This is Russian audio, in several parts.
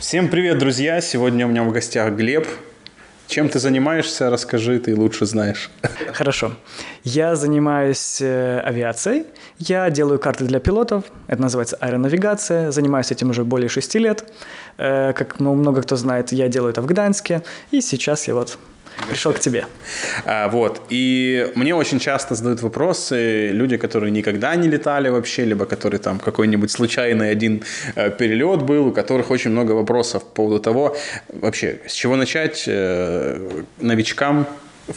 Всем привет, друзья! Сегодня у меня в гостях Глеб. Чем ты занимаешься? Расскажи, ты лучше знаешь. Хорошо. Я занимаюсь авиацией. Я делаю карты для пилотов. Это называется аэронавигация. Занимаюсь этим уже более 6 лет. Как много кто знает, я делаю это в Гданьске. И сейчас я пришел к тебе. И мне очень часто задают вопросы люди, которые никогда не летали вообще, либо которые там какой-нибудь случайный один перелет был, у которых очень много вопросов по поводу того, вообще, с чего начать новичкам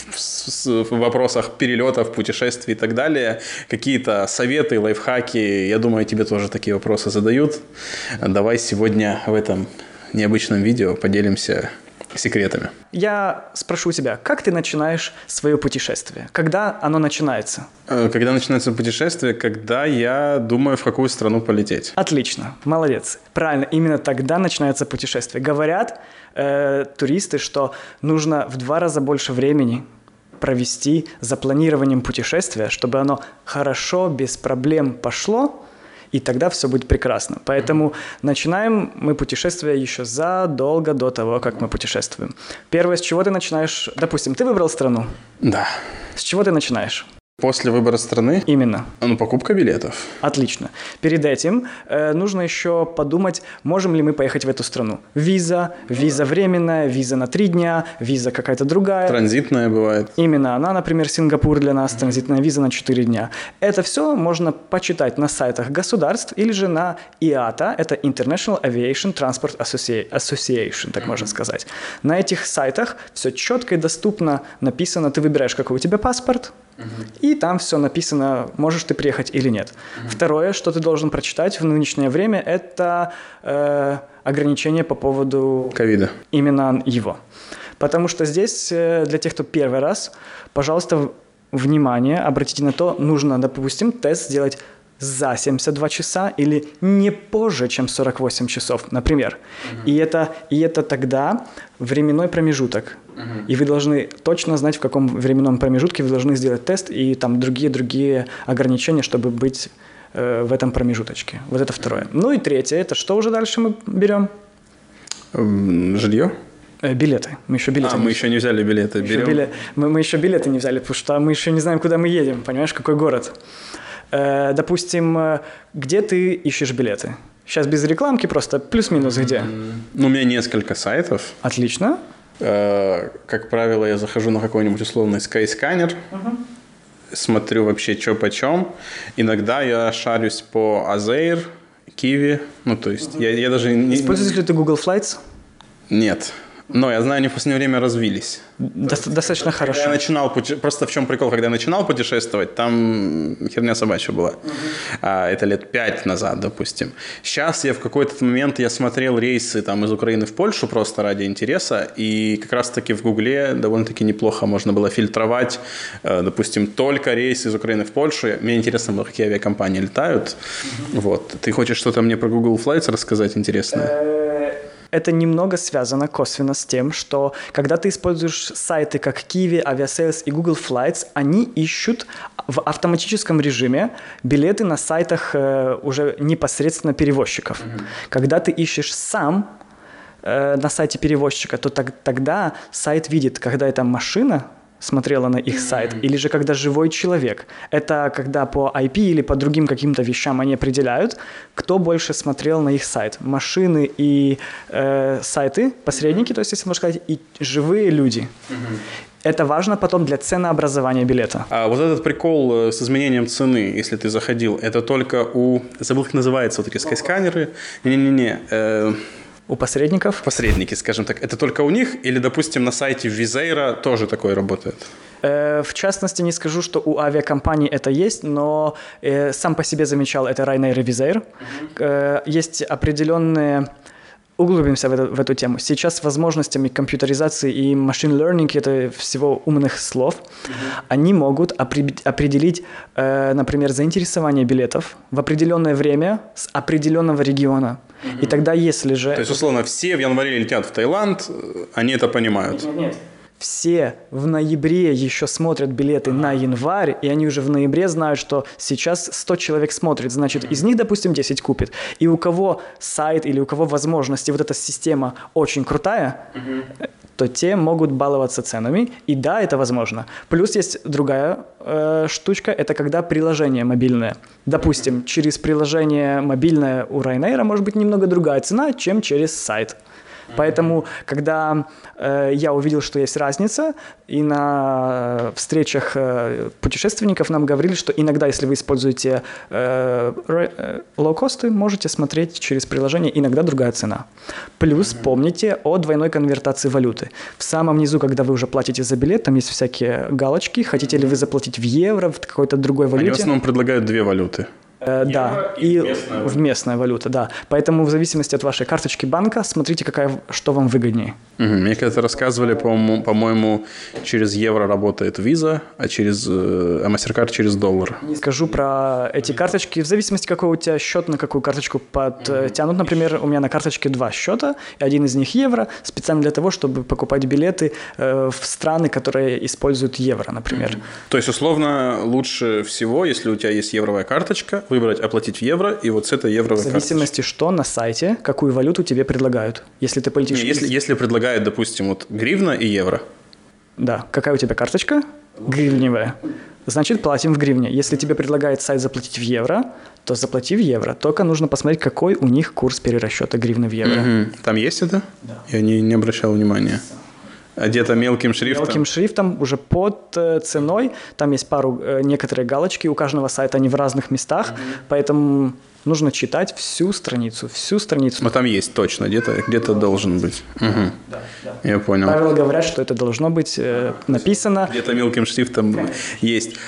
в вопросах перелетов, путешествий и так далее. Какие-то советы, лайфхаки. Я думаю, тебе тоже такие вопросы задают. Давай сегодня в этом необычном видео поделимся секретами. Я спрошу тебя, как ты начинаешь свое путешествие? Когда оно начинается? Когда начинается путешествие, когда я думаю, в какую страну полететь. Отлично, молодец. Правильно, именно тогда начинается путешествие. Говорят туристы, что нужно в 2 раза больше времени провести за планированием путешествия, чтобы оно хорошо, без проблем пошло, и тогда все будет прекрасно. Поэтому начинаем мы путешествие еще задолго до того, как мы путешествуем. Первое, с чего ты начинаешь? Допустим, ты выбрал страну. Да. С чего ты начинаешь? После выбора страны? Именно. Покупка билетов. Отлично. Перед этим нужно еще подумать, можем ли мы поехать в эту страну. Виза временная, виза на 3 дня, виза какая-то другая. Транзитная бывает. Именно она, например, Сингапур для нас, транзитная виза на 4 дня. Это все можно почитать на сайтах государств или же на IATA, это International Aviation Transport Association, так можно сказать. На этих сайтах все четко и доступно написано, ты выбираешь, какой у тебя паспорт, и там все написано, можешь ты приехать или нет. Второе, что ты должен прочитать в нынешнее время, это ограничения по поводу ковида. Именно его. Потому что здесь, для тех, кто первый раз, пожалуйста, внимание, обратите на то, нужно, допустим, тест сделать за 72 часа или не позже, чем 48 часов, например. И это тогда временной промежуток. И вы должны точно знать, в каком временном промежутке вы должны сделать тест и там другие ограничения, чтобы быть в этом промежуточке. Вот это второе. Ну и третье, это что уже дальше мы берем? Жилье? Билеты. Мы еще билеты мы еще не взяли билеты. Мы еще билеты не взяли, потому что мы еще не знаем, куда мы едем, понимаешь, какой город. Допустим, где ты ищешь билеты? Сейчас без рекламки, просто плюс-минус где? У меня несколько сайтов. Отлично. Как правило, я захожу на какой-нибудь условный Skyscanner, смотрю вообще, что почем. Иногда я шарюсь по Azair, Kiwi. То есть я даже не... Используешь ли ты Google Flights? Нет. Но я знаю, они в последнее время развились. Достаточно хорошо. Я начинал просто в чем прикол, когда я начинал путешествовать, там херня собачья была. Это лет 5 назад, допустим. Сейчас в какой-то момент я смотрел рейсы там из Украины в Польшу просто ради интереса, и как раз-таки в Гугле довольно-таки неплохо можно было фильтровать, допустим, только рейсы из Украины в Польшу. Мне интересно было, какие авиакомпании летают. Ты хочешь что-то мне про Google Flights рассказать интересное? Это немного связано косвенно с тем, что когда ты используешь сайты как Kiwi, Aviasales и Google Flights, они ищут в автоматическом режиме билеты на сайтах уже непосредственно перевозчиков. Когда ты ищешь сам на сайте перевозчика, то тогда сайт видит, когда это машина смотрела на их сайт, или же когда живой человек. Это когда по IP или по другим каким-то вещам они определяют, кто больше смотрел на их сайт. Машины и сайты, посредники, то есть, если можно сказать, и живые люди. Это важно потом для ценообразования билета. А вот этот прикол с изменением цены, если ты заходил, это только забыл, как называется, вот эти скайсканеры? У посредников? Посредники, скажем так. Это только у них? Или, допустим, на сайте Визейра тоже такое работает? В частности, не скажу, что у авиакомпаний это есть, но сам по себе замечал, это Ryanair и Wizz Air. Есть определенные... Углубимся в эту тему. Сейчас с возможностями компьютеризации и machine learning, это всего умных слов, они могут определить, например, заинтересование билетов в определенное время с определенного региона. И тогда, если же... То есть, условно, все в январе летят в Таиланд, они это понимают? Нет. все в ноябре еще смотрят билеты на январь, и они уже в ноябре знают, что сейчас 100 человек смотрит, значит, из них, допустим, 10 купит. И у кого сайт или у кого возможности, вот эта система очень крутая, то те могут баловаться ценами, и да, это возможно. Плюс есть другая штучка, это когда приложение мобильное. Допустим, через приложение мобильное у Ryanair может быть немного другая цена, чем через сайт. Поэтому, когда я увидел, что есть разница, и на встречах путешественников нам говорили, что иногда, если вы используете лоукосты, можете смотреть через приложение, иногда другая цена. Плюс помните о двойной конвертации валюты. В самом низу, когда вы уже платите за билет, там есть всякие галочки, хотите ли вы заплатить в евро, в какой-то другой валюте. Они в основном предлагают две валюты. Да, и местная валюта, да. Поэтому в зависимости от вашей карточки банка смотрите, что вам выгоднее. Мне когда-то рассказывали, по-моему, через евро работает виза, а MasterCard через доллар. Не скажу про эти карточки. В зависимости, какой у тебя счет, на какую карточку подтянут. Например, у меня на карточке 2 счета, и один из них евро, специально для того, чтобы покупать билеты в страны, которые используют евро, например. То есть, условно, лучше всего, если у тебя есть евровая карточка, выбрать оплатить в евро, и вот с этой евровой карточки. В зависимости, что на сайте, какую валюту тебе предлагают. Если ты полетишь... Если предлагают, допустим, вот гривна и евро. Да. Какая у тебя карточка? Гривневая. Значит, платим в гривне. Если тебе предлагает сайт заплатить в евро, то заплати в евро. Только нужно посмотреть, какой у них курс перерасчета гривны в евро. Там есть это? Да. Я не обращал внимания. А где-то мелким шрифтом? Мелким шрифтом, уже под ценой. Там есть некоторые галочки, у каждого сайта они в разных местах, поэтому нужно читать всю страницу. Но там есть точно, где-то должен быть. Да. Я понял. Правила говорят, что это должно быть написано. Где-то мелким шрифтом есть.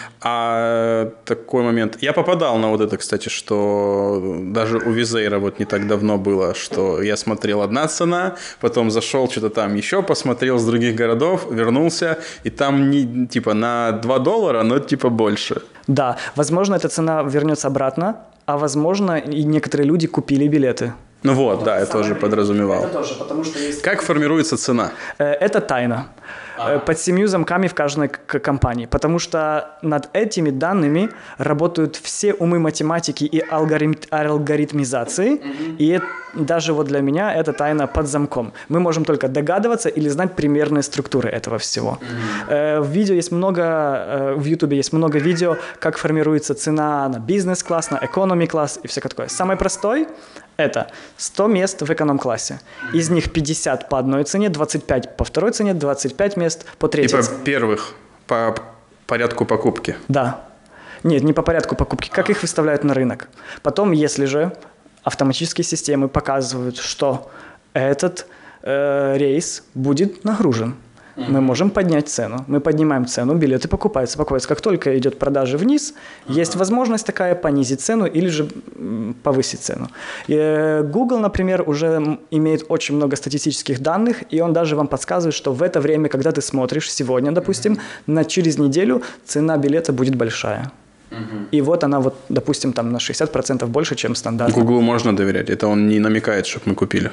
А такой момент. Я попадал на вот это, кстати, что даже у Визейра вот не так давно было, что я смотрел одна цена, потом зашел, что-то там еще посмотрел с других городов, вернулся, и там не типа на $2, но типа больше. Да, возможно, эта цена вернется обратно, а возможно, и некоторые люди купили билеты. Ну вот, да, я тоже подразумевал. Это тоже, потому что есть... Как формируется цена? Это тайна. Под 7 замками в каждой компании, потому что над этими данными работают все умы математики и алгоритмизации, и даже вот для меня это тайна под замком. Мы можем только догадываться или знать примерные структуры этого всего. В YouTube есть много видео, как формируется цена на бизнес-класс, на экономи-класс и все такое. Самый простой – это 100 мест в эконом-классе. Из них 50 по одной цене, 25 по второй цене, 25 мест по третьей. Типа первых по порядку покупки. Да. Нет, не по порядку покупки, как их выставляют на рынок. Потом, если же автоматические системы показывают, что этот рейс будет нагружен, мы можем поднять цену. Мы поднимаем цену, билеты покупаются. Как только идет продажа вниз, есть возможность такая понизить цену или же повысить цену. И Google, например, уже имеет очень много статистических данных, и он даже вам подсказывает, что в это время, когда ты смотришь сегодня, допустим, через неделю цена билета будет большая. И вот она, допустим, там на 60% больше, чем стандартно. Google можно доверять? Это он не намекает, чтобы мы купили?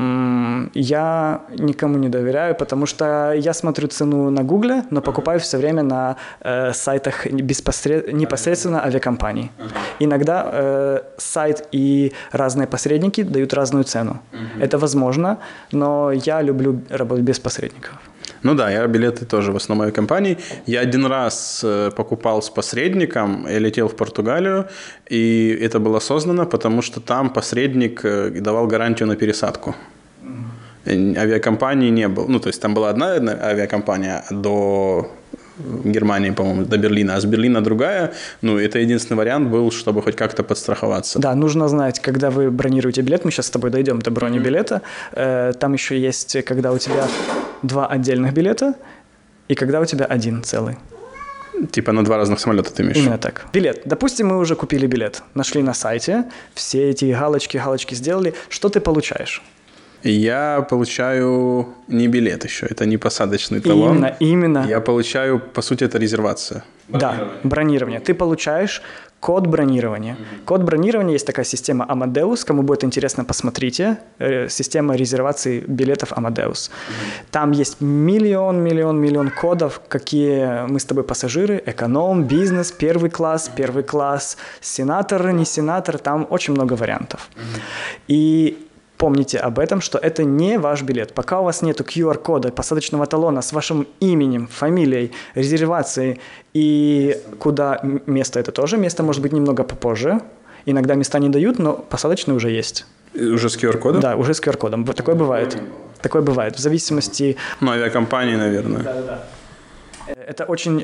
Я никому не доверяю, потому что я смотрю цену на Google, но покупаю все время на сайтах непосредственно авиакомпаний. Иногда сайт и разные посредники дают разную цену. Это возможно, но я люблю работать без посредников. Ну да, я билеты тоже в основной компании. Я один раз покупал с посредником, я летел в Португалию, и это было осознанно, потому что там посредник давал гарантию на пересадку. Авиакомпании не было. Ну, то есть там была одна авиакомпания до Германии, по-моему, до Берлина, а с Берлина другая. Ну, это единственный вариант был, чтобы хоть как-то подстраховаться. Да, нужно знать, когда вы бронируете билет, мы сейчас с тобой дойдем до бронебилета, там еще есть, когда у тебя 2 отдельных билета и когда у тебя один целый. Типа на 2 разных самолета ты имеешь? Именно так. Билет. Допустим, мы уже купили билет, нашли на сайте, все эти галочки сделали. Что ты получаешь? Я получаю не билет еще, это не посадочный талон. Именно. Я получаю, по сути, это резервация. Да, бронирование. Ты получаешь код бронирования. Код бронирования, есть такая система Amadeus, кому будет интересно, посмотрите. Система резервации билетов Amadeus. Там есть миллион кодов, какие мы с тобой пассажиры, эконом, бизнес, первый класс, сенатор, не сенатор, там очень много вариантов. И помните об этом, что это не ваш билет. Пока у вас нет QR-кода, посадочного талона с вашим именем, фамилией, резервацией и куда место, это тоже место может быть немного попозже. Иногда места не дают, но посадочный уже есть. Уже с QR-кодом? Да, уже с QR-кодом. Такое бывает. Такое бывает. В зависимости... Ну, авиакомпании, наверное. Да. Это очень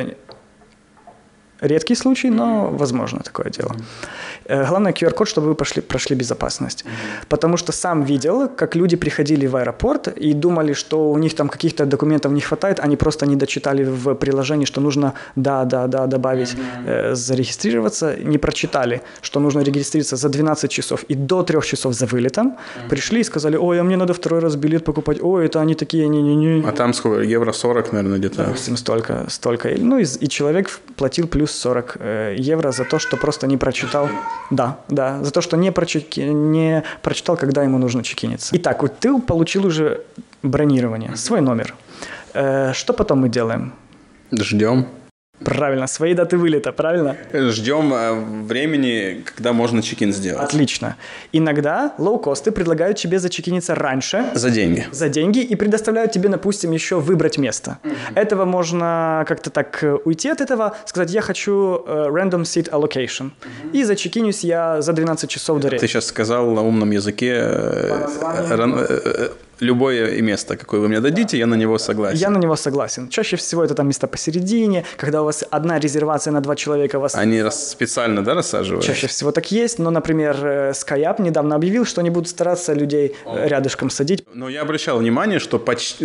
редкий случай, но возможно такое дело. Главное QR-код, чтобы вы прошли безопасность. Потому что сам видел, как люди приходили в аэропорт и думали, что у них там каких-то документов не хватает, они просто не дочитали в приложении, что нужно добавить, зарегистрироваться, не прочитали, что нужно регистрироваться за 12 часов и до 3 часов за вылетом. Пришли и сказали: ой, а мне надо второй раз билет покупать, ой, это они такие, не-не-не. А там сколько? Евро 40, наверное, где-то? Допустим, столько. Ну, и человек платил плюс 40 евро за то, что просто не прочитал. Да, за то, что не прочитал, когда ему нужно чекиниться. Итак, вот ты получил уже бронирование, свой номер. Что потом мы делаем? Ждем. Правильно, своей даты вылета, правильно? Ждем времени, когда можно чекин сделать. Отлично. Иногда лоукосты предлагают тебе зачекиниться раньше. За деньги. За деньги и предоставляют тебе, допустим, еще выбрать место. Этого можно как-то так уйти от этого, сказать: я хочу random seat allocation. И зачекинюсь я за 12 часов до рейса. Ты сейчас сказал на умном языке любое место, какое вы мне дадите, я на него согласен. Я на него согласен. Чаще всего это там места посередине, когда у вас одна резервация на 2 человека. Они специально, да, рассаживают? Чаще всего так есть, но, например, SkyUp недавно объявил, что они будут стараться людей рядышком садить. Но я обращал внимание, что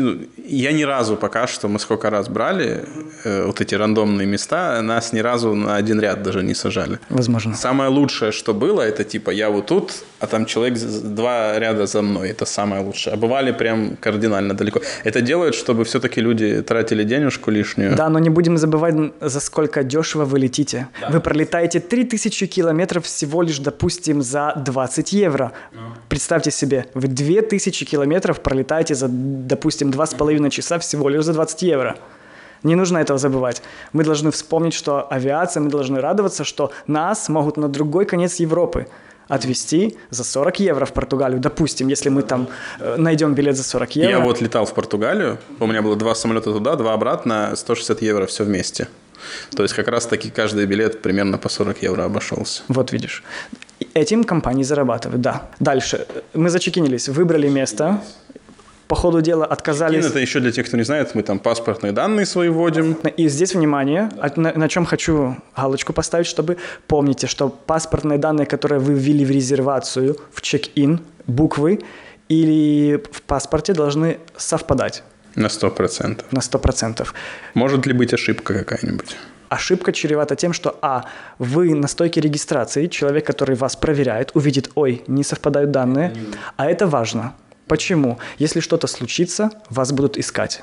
я ни разу пока что, мы сколько раз брали вот эти рандомные места, нас ни разу на один ряд даже не сажали. Возможно. Самое лучшее, что было, это типа я вот тут, а там человек 2 ряда за мной. Это самое лучшее. А бывали прям кардинально далеко. Это делают, чтобы все-таки люди тратили денежку лишнюю. Да, но не будем забывать, за сколько дешево вы летите. Да. Вы пролетаете 3000 километров всего лишь, допустим, за 20 евро. Представьте себе, вы 2000 километров пролетаете за, допустим, 2,5 часа всего лишь за 20 евро. Не нужно этого забывать. Мы должны вспомнить, что авиация, мы должны радоваться, что нас могут на другой конец Европы отвезти за 40 евро в Португалию. Допустим, если мы там найдем билет за 40 евро. Я вот летал в Португалию, у меня было 2 самолета туда, 2 обратно, 160 евро все вместе. То есть как раз-таки каждый билет примерно по 40 евро обошелся. Вот видишь. Этим компании зарабатывают, да. Дальше. Мы зачекинились, выбрали место. По ходу дела отказались. Это еще для тех, кто не знает, мы там паспортные данные свои вводим. И здесь, внимание, на чем хочу галочку поставить, чтобы помните, что паспортные данные, которые вы ввели в резервацию, в чек-ин, буквы или в паспорте должны совпадать. На 100%. На 100%. Может ли быть ошибка какая-нибудь? Ошибка чревата тем, что вы на стойке регистрации, человек, который вас проверяет, увидит: ой, не совпадают данные, а это важно. Почему? Если что-то случится, вас будут искать.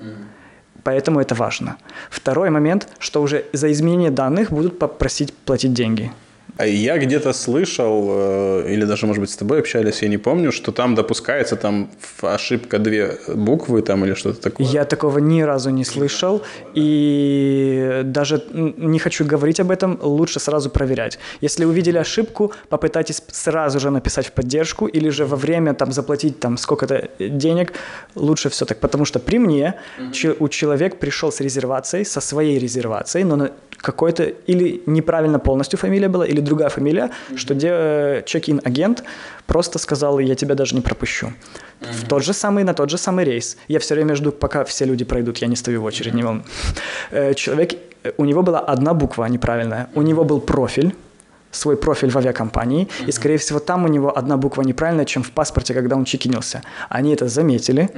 Поэтому это важно. Второй момент, что уже за изменение данных будут попросить платить деньги. Я где-то слышал, или даже, может быть, с тобой общались, я не помню, что там допускается ошибка 2 буквы там, или что-то такое. Я такого ни разу не слышал, и даже не хочу говорить об этом, лучше сразу проверять. Если увидели ошибку, попытайтесь сразу же написать в поддержку, или же во время заплатить сколько-то денег, лучше все так. Потому что при мне человек пришел с резервацией, со своей резервацией, но на какой-то или неправильно полностью фамилия была, или другая фамилия, что чек-ин агент просто сказал: я тебя даже не пропущу. На тот же самый рейс. Я все время жду, пока все люди пройдут, я не стою в очередь. Человек, у него была одна буква неправильная, у него был профиль, свой профиль в авиакомпании, и, скорее всего, там у него одна буква неправильная, чем в паспорте, когда он чекинился. Они это заметили.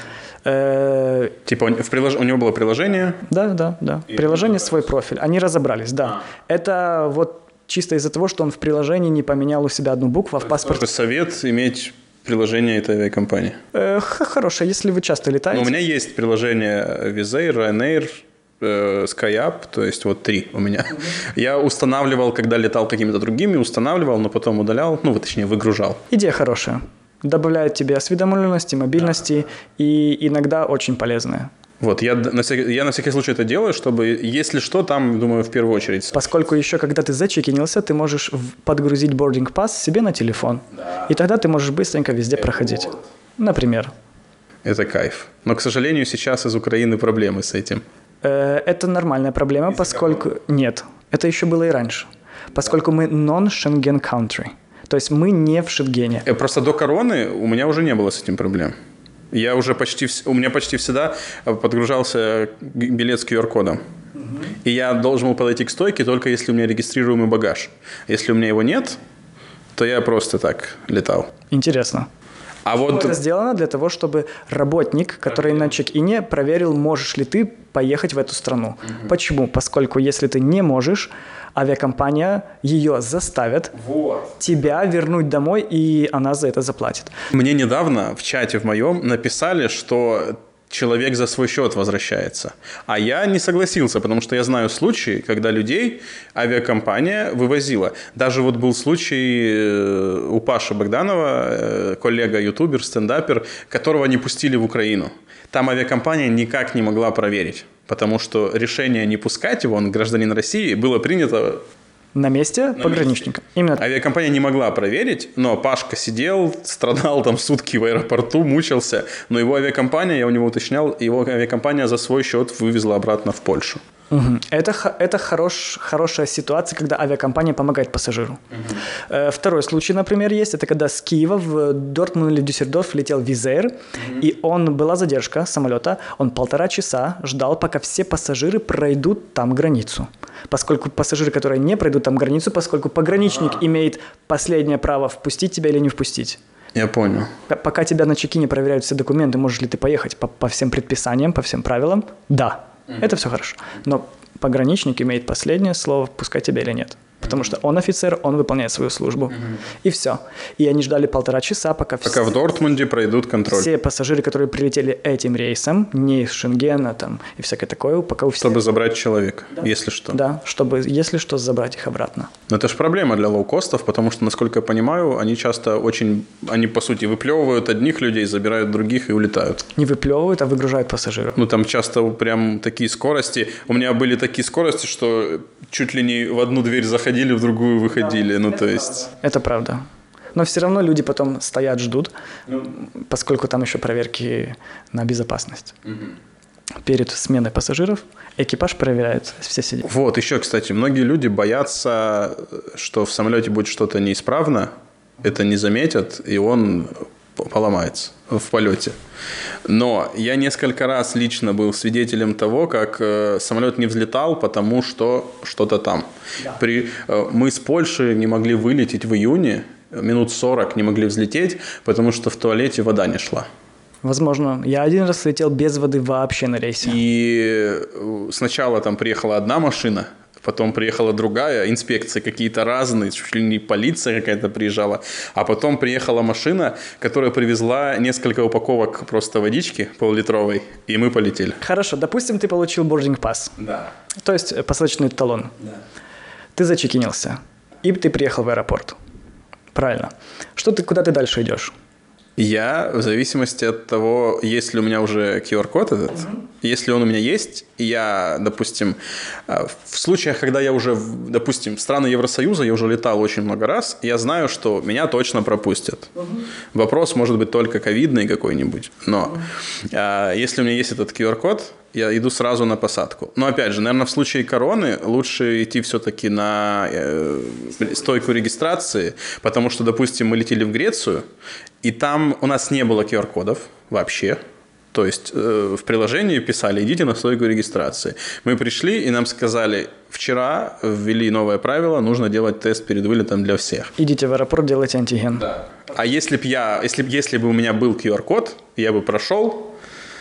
Типа у него было приложение? Да. Приложение, свой профиль. Они разобрались, да. Это чисто из-за того, что он в приложении не поменял у себя одну букву, а в паспорте... Совет иметь приложение этой авиакомпании? Хорошее, если вы часто летаете. Но у меня есть приложение Wizz Air, Ryanair, SkyUp, то есть вот 3 у меня. Я устанавливал, когда летал какими-то другими, устанавливал, но потом удалял, точнее, выгружал. Идея хорошая. Добавляет тебе осведомленности, мобильности и иногда очень полезная. Вот, я на всякий случай это делаю, чтобы, если что, там, думаю, в первую очередь. Поскольку еще, когда ты зачекинился, ты можешь подгрузить boarding pass себе на телефон. Да. И тогда ты можешь быстренько везде проходить. Например. Это кайф. Но, к сожалению, сейчас из Украины проблемы с этим. Это нормальная проблема, поскольку... Нет, это еще было и раньше. Поскольку мы non-Schengen country. То есть мы не в Шенгене. Просто до короны у меня уже не было с этим проблем. Я уже у меня почти всегда подгружался билет с QR-кодом. И я должен был подойти к стойке, только если у меня регистрируемый багаж. Если у меня его нет, то я просто так летал. Интересно. А вот... Это сделано для того, чтобы работник, который на чек-ине, проверил, можешь ли ты поехать в эту страну. Почему? Поскольку если ты не можешь, авиакомпания ее заставит тебя вернуть домой, и она за это заплатит. Мне недавно в чате в моем написали, что человек за свой счет возвращается. А я не согласился, потому что я знаю случаи, когда людей авиакомпания вывозила. Даже вот был случай у Паши Богданова, коллега, ютубер, стендапер, которого не пустили в Украину. Там авиакомпания никак не могла проверить, потому что решение не пускать его, он гражданин России, было принято... На месте пограничника. Именно. Авиакомпания не могла проверить, но Пашка сидел, страдал там сутки в аэропорту, мучился. Но его авиакомпания, я у него уточнял, его авиакомпания за свой счет вывезла обратно в Польшу. Угу. Это хорошая ситуация, когда авиакомпания помогает пассажиру. Угу. Второй случай, например, есть. Это когда с Киева в Дортмунд или Дюссельдорф летел Wizz Air, и была задержка самолета. Он 1,5 часа ждал, пока все пассажиры пройдут там границу. Поскольку пассажиры, которые не пройдут там границу, поскольку пограничник имеет последнее право впустить тебя или не впустить. Я понял. Пока тебя на чекине проверяют все документы, можешь ли ты поехать по всем предписаниям, по всем правилам, да. Это все хорошо. Но пограничник имеет последнее слово, пускать тебя или нет. Потому что он офицер, он выполняет свою службу. И все. И они ждали 1,5 часа, пока в Дортмунде пройдут контроль. Все пассажиры, которые прилетели этим рейсом, не из Шенгена там, и всякое такое, пока у всех... Чтобы забрать человека, если что. Да, чтобы, если что, забрать их обратно. Но это же проблема для лоукостов, потому что, насколько я понимаю, они часто они, по сути, выплевывают одних людей, забирают других и улетают. Не выплевывают, а выгружают пассажиров. Там часто прям такие скорости. У меня были такие скорости, что чуть ли не в одну дверь заходили, в другую выходили, Это правда. Но все равно люди потом стоят, ждут, поскольку там еще проверки на безопасность. Перед сменой пассажиров экипаж проверяет, все сидят. Вот, еще, кстати, многие люди боятся, что в самолете будет что-то неисправно, это не заметят, и он поломается в полете. Но я несколько раз лично был свидетелем того, как самолет не взлетал, потому что что-то там. Да. Мы с Польши не могли вылететь в июне, минут 40 не могли взлететь, потому что в туалете вода не шла. Возможно. Я один раз летел без воды вообще на рейсе. И сначала там приехала одна машина, потом приехала другая, инспекции какие-то разные, чуть ли не полиция какая-то приезжала, а потом приехала машина, которая привезла несколько упаковок просто водички пол-литровой, и мы полетели. Хорошо, допустим, ты получил boarding pass. Да. То есть посадочный талон. Да. Ты зачекинился, и ты приехал в аэропорт. Правильно. Куда ты дальше идешь? Я, в зависимости от того, есть ли у меня уже QR-код этот, если он у меня есть, и я, допустим, в случаях, когда я уже, допустим, в страны Евросоюза, я уже летал очень много раз, я знаю, что меня точно пропустят. Вопрос может быть только ковидный какой-нибудь, но если у меня есть этот QR-код, я иду сразу на посадку. Но, опять же, наверное, в случае короны лучше идти все-таки на стойку регистрации, потому что, допустим, мы летели в Грецию, и там у нас не было QR-кодов вообще. То есть в приложении писали: идите на стойку регистрации. Мы пришли, и нам сказали: вчера ввели новое правило, нужно делать тест перед вылетом для всех. Идите в аэропорт, делайте антиген. Да. А если бы у меня был QR-код, я бы прошел,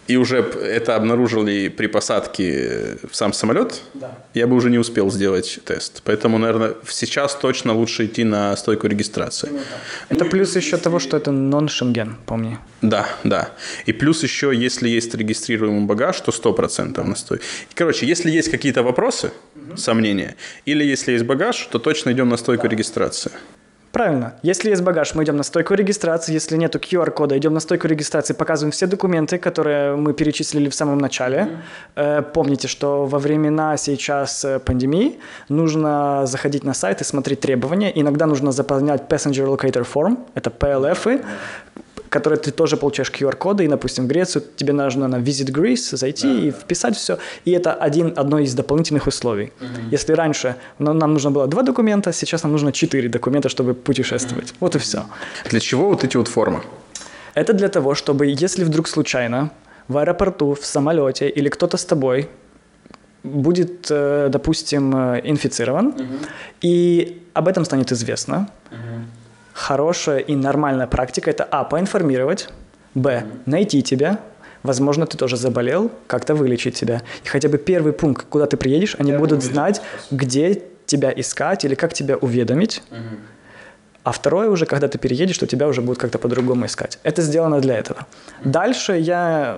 и уже это обнаружили при посадке в сам самолет, я бы уже не успел сделать тест. Поэтому, наверное, сейчас точно лучше идти на стойку регистрации. Это плюс еще того, что это нон-шенген, помни. Да, да. И плюс еще, если есть регистрируемый багаж, то 100% на стойку. Короче, если есть какие-то вопросы, сомнения, или если есть багаж, то точно идем на стойку регистрации. Правильно. Если есть багаж, мы идем на стойку регистрации. Если нету QR-кода, идем на стойку регистрации, показываем все документы, которые мы перечислили в самом начале. Помните, что во времена сейчас пандемии нужно заходить на сайт и смотреть требования. Иногда нужно заполнять Passenger Locator Form, это PLF, которые ты тоже получаешь QR-коды, и, допустим, в Грецию тебе нужно на Visit Greece зайти и вписать все, и это одно из дополнительных условий. Если раньше нам нужно было 2 документа, сейчас нам нужно 4 документа, чтобы путешествовать. Вот и все. Для чего вот эти вот формы? Это для того, чтобы, если вдруг случайно в аэропорту, в самолете или кто-то с тобой будет, допустим, инфицирован, и об этом станет известно, хорошая и нормальная практика – это поинформировать, найти тебя, возможно, ты тоже заболел, как-то вылечить тебя. И хотя бы первый пункт, куда ты приедешь, они будут знать, где тебя искать или как тебя уведомить. А второе уже, когда ты переедешь, то тебя уже будут как-то по-другому искать. Это сделано для этого. Дальше я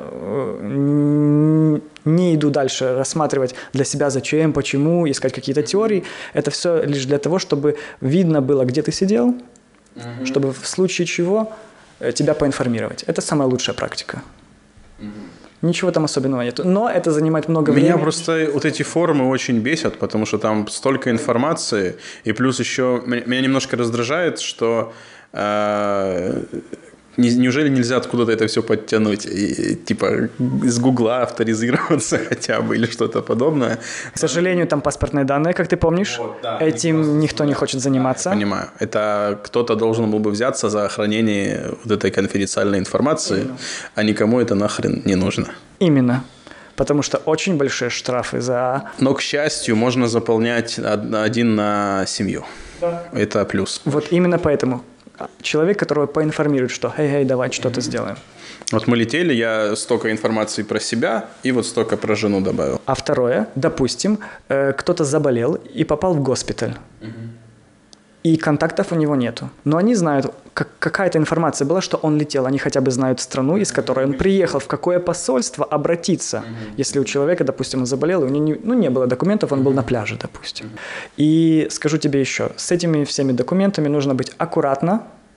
не иду дальше рассматривать для себя, зачем, почему, искать какие-то теории. Это все лишь для того, чтобы видно было, где ты сидел, чтобы в случае чего тебя поинформировать. Это самая лучшая практика. Ничего там особенного нет. Но это занимает много времени. Меня просто вот эти форумы очень бесят, потому что там столько информации. И плюс еще меня немножко раздражает, что неужели нельзя откуда-то это все подтянуть? И, типа из Гугла авторизироваться хотя бы или что-то подобное. К сожалению, там паспортные данные, как ты помнишь. Вот, да, этим никто не хочет заниматься. Понимаю. Это кто-то должен был бы взяться за хранение вот этой конфиденциальной информации, а никому это нахрен не нужно. Именно. Потому что очень большие штрафы за... Но, к счастью, можно заполнять один на семью. Да. Это плюс. Вот именно поэтому. Человек, которого поинформирует, что «Хей, давай что-то сделаем». Вот мы летели, я столько информации про себя и вот столько про жену добавил. А второе, допустим, кто-то заболел и попал в госпиталь. И контактов у него нету. Но они знают, какая-то информация была, что он летел. Они хотя бы знают страну, из которой он приехал, в какое посольство обратиться. Если у человека, допустим, он заболел, и у него не было документов, он был на пляже, допустим. И скажу тебе еще, с этими всеми документами нужно быть аккуратно.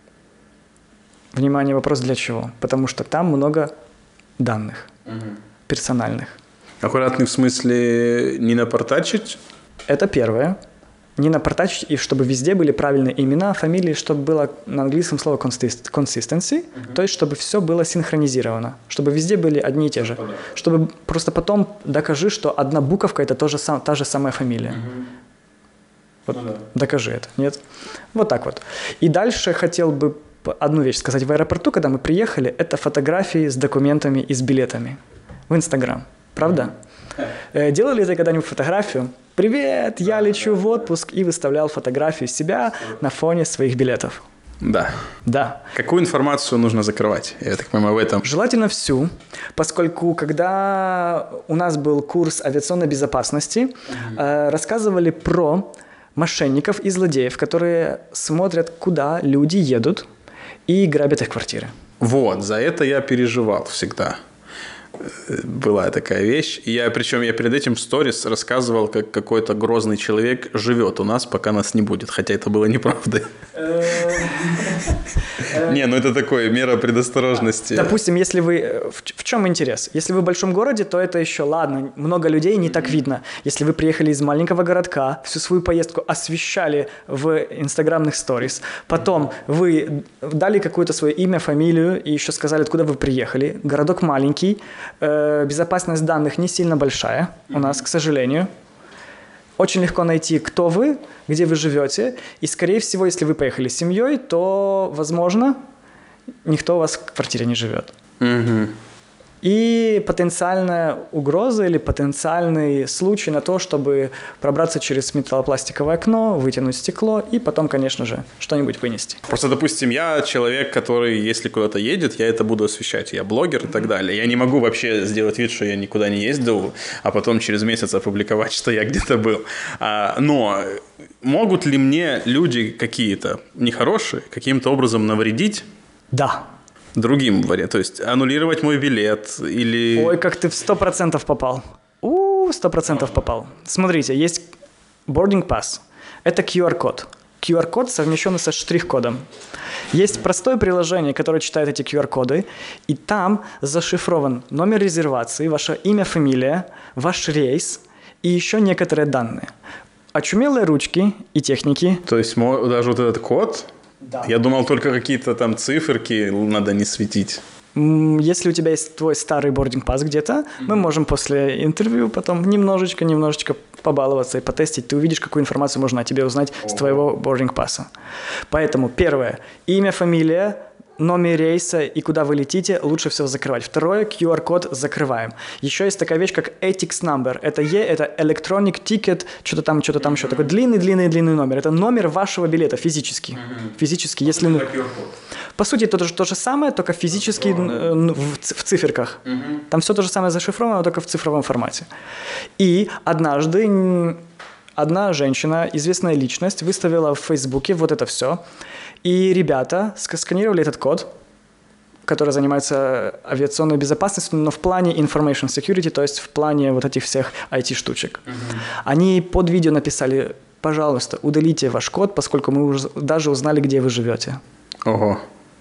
Внимание, вопрос для чего? Потому что там много данных персональных. Аккуратный в смысле не напортачить? Это первое. Не напортачить, и чтобы везде были правильные имена, фамилии, чтобы было на английском слово consistency, то есть чтобы все было синхронизировано, чтобы везде были одни и те же. Чтобы просто потом докажи, что одна буковка – это тоже та же самая фамилия. Вот, докажи это, нет? Вот так вот. И дальше хотел бы одну вещь сказать. В аэропорту, когда мы приехали, это фотографии с документами и с билетами в Инстаграм. Правда? Делали ты когда-нибудь фотографию? «Привет, я лечу в отпуск», и выставлял фотографию себя на фоне своих билетов. Да. Да. Какую информацию нужно закрывать? Я так понимаю, в этом. Желательно всю, поскольку когда у нас был курс авиационной безопасности, рассказывали про мошенников и злодеев, которые смотрят, куда люди едут, и грабят их квартиры. Вот, за это я переживал всегда. Была такая вещь. Причем я перед этим в сторис рассказывал, как какой-то грозный человек живет у нас, пока нас не будет. Хотя это было неправдой. Не, ну это такое, мера предосторожности. Допустим, если вы... В чем интерес? Если вы в большом городе, то это еще ладно, много людей, не так видно. Если вы приехали из маленького городка, всю свою поездку освещали в инстаграмных сторис, потом вы дали какое-то свое имя, фамилию и еще сказали, откуда вы приехали. Городок маленький, безопасность данных не сильно большая у нас, к сожалению. Очень легко найти, кто вы, где вы живете. И, скорее всего, если вы поехали с семьей, то, возможно, никто у вас в квартире не живет. и потенциальная угроза или потенциальный случай на то, чтобы пробраться через металлопластиковое окно, вытянуть стекло и потом, конечно же, что-нибудь вынести. Просто, допустим, я человек, который, если куда-то едет, я это буду освещать. Я блогер и так далее. Я не могу вообще сделать вид, что я никуда не ездил, а потом через месяц опубликовать, что я где-то был. Но могут ли мне люди какие-то нехорошие каким-то образом навредить? Да. Другим вариантом, то есть аннулировать мой билет или... Ой, как ты в 100% попал. 100% попал. Смотрите, есть boarding pass. Это QR-код. QR-код совмещенный со штрих-кодом. Есть простое приложение, которое читает эти QR-коды, и там зашифрован номер резервации, ваше имя, фамилия, ваш рейс и еще некоторые данные. Очумелые ручки и техники. То есть даже вот этот код... Да. Я думал, только какие-то там циферки надо не светить. Если у тебя есть твой старый бординг-пасс где-то, мы можем после интервью потом немножечко побаловаться и потестить. Ты увидишь, какую информацию можно о тебе узнать с твоего бординг-пасса. Поэтому первое. Имя, фамилия, номер рейса и куда вы летите, лучше всего закрывать. Второе, QR-код закрываем. Еще есть такая вещь, как ETICS number. Это это electronic ticket, что-то там, еще. Такой длинный номер. Это номер вашего билета физически. Физически, если... По сути, то же самое, только физически в циферках. Там все то же самое зашифровано, только в цифровом формате. И однажды одна женщина, известная личность, выставила в Фейсбуке вот это все. И ребята сканировали этот код, который занимается авиационной безопасностью, но в плане information security, то есть в плане вот этих всех IT-штучек. Они под видео написали: пожалуйста, удалите ваш код, поскольку мы уже даже узнали, где вы живете. Ого.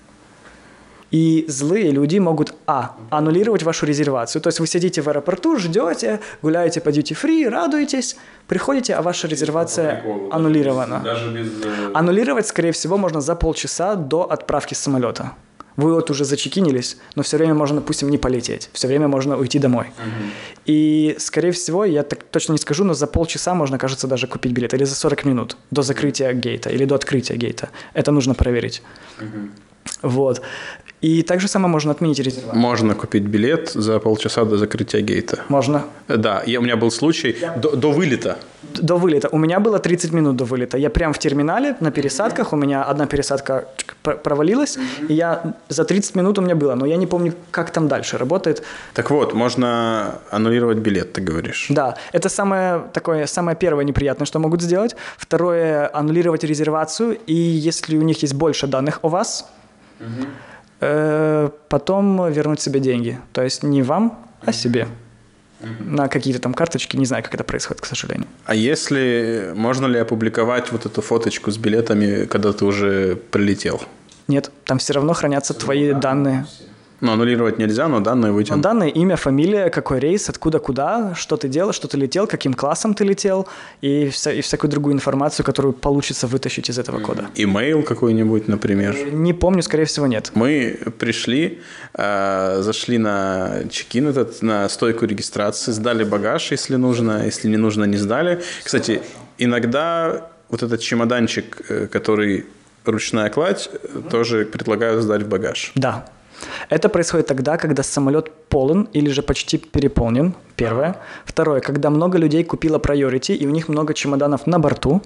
И злые люди могут, аннулировать вашу резервацию. То есть вы сидите в аэропорту, ждете, гуляете по duty-free, радуетесь, приходите, а ваша резервация аннулирована. Даже без... Аннулировать, скорее всего, можно за полчаса до отправки с самолета. Вы вот уже зачекинились, но все время можно, допустим, не полететь. Все время можно уйти домой. И, скорее всего, я так точно не скажу, но за полчаса можно, кажется, даже купить билет. Или за 40 минут до закрытия гейта, или до открытия гейта. Это нужно проверить. Вот. И так же само можно отменить резервацию. Можно купить билет за полчаса до закрытия гейта. Можно. Да, у меня был случай до вылета. До вылета. У меня было 30 минут до вылета. Я прям в терминале на пересадках. У меня одна пересадка провалилась. И я за 30 минут у меня было. Но я не помню, как там дальше работает. Так вот, можно аннулировать билет, ты говоришь. Да. Это самое первое неприятное, что могут сделать. Второе, аннулировать резервацию. И если у них есть больше данных о вас, потом вернуть себе деньги. То есть не вам, а себе. На какие-то там карточки. Не знаю, как это происходит, к сожалению. А можно ли опубликовать вот эту фоточку с билетами, когда ты уже прилетел? Нет, там все равно хранятся твои данные. Ну, аннулировать нельзя, но данные вытянут. Данные, имя, фамилия, какой рейс, откуда, куда, что ты делал, что ты летел, каким классом ты летел и всякую другую информацию, которую получится вытащить из этого кода. Имейл какой-нибудь, например? Не помню, скорее всего, нет. Мы пришли, зашли на чек-ин, на стойку регистрации, сдали багаж, если нужно, если не нужно, не сдали. Кстати, иногда вот этот чемоданчик, который ручная кладь, тоже предлагают сдать в багаж. Да. Это происходит тогда, когда самолет полон или же почти переполнен, первое. Второе, когда много людей купило priority, и у них много чемоданов на борту.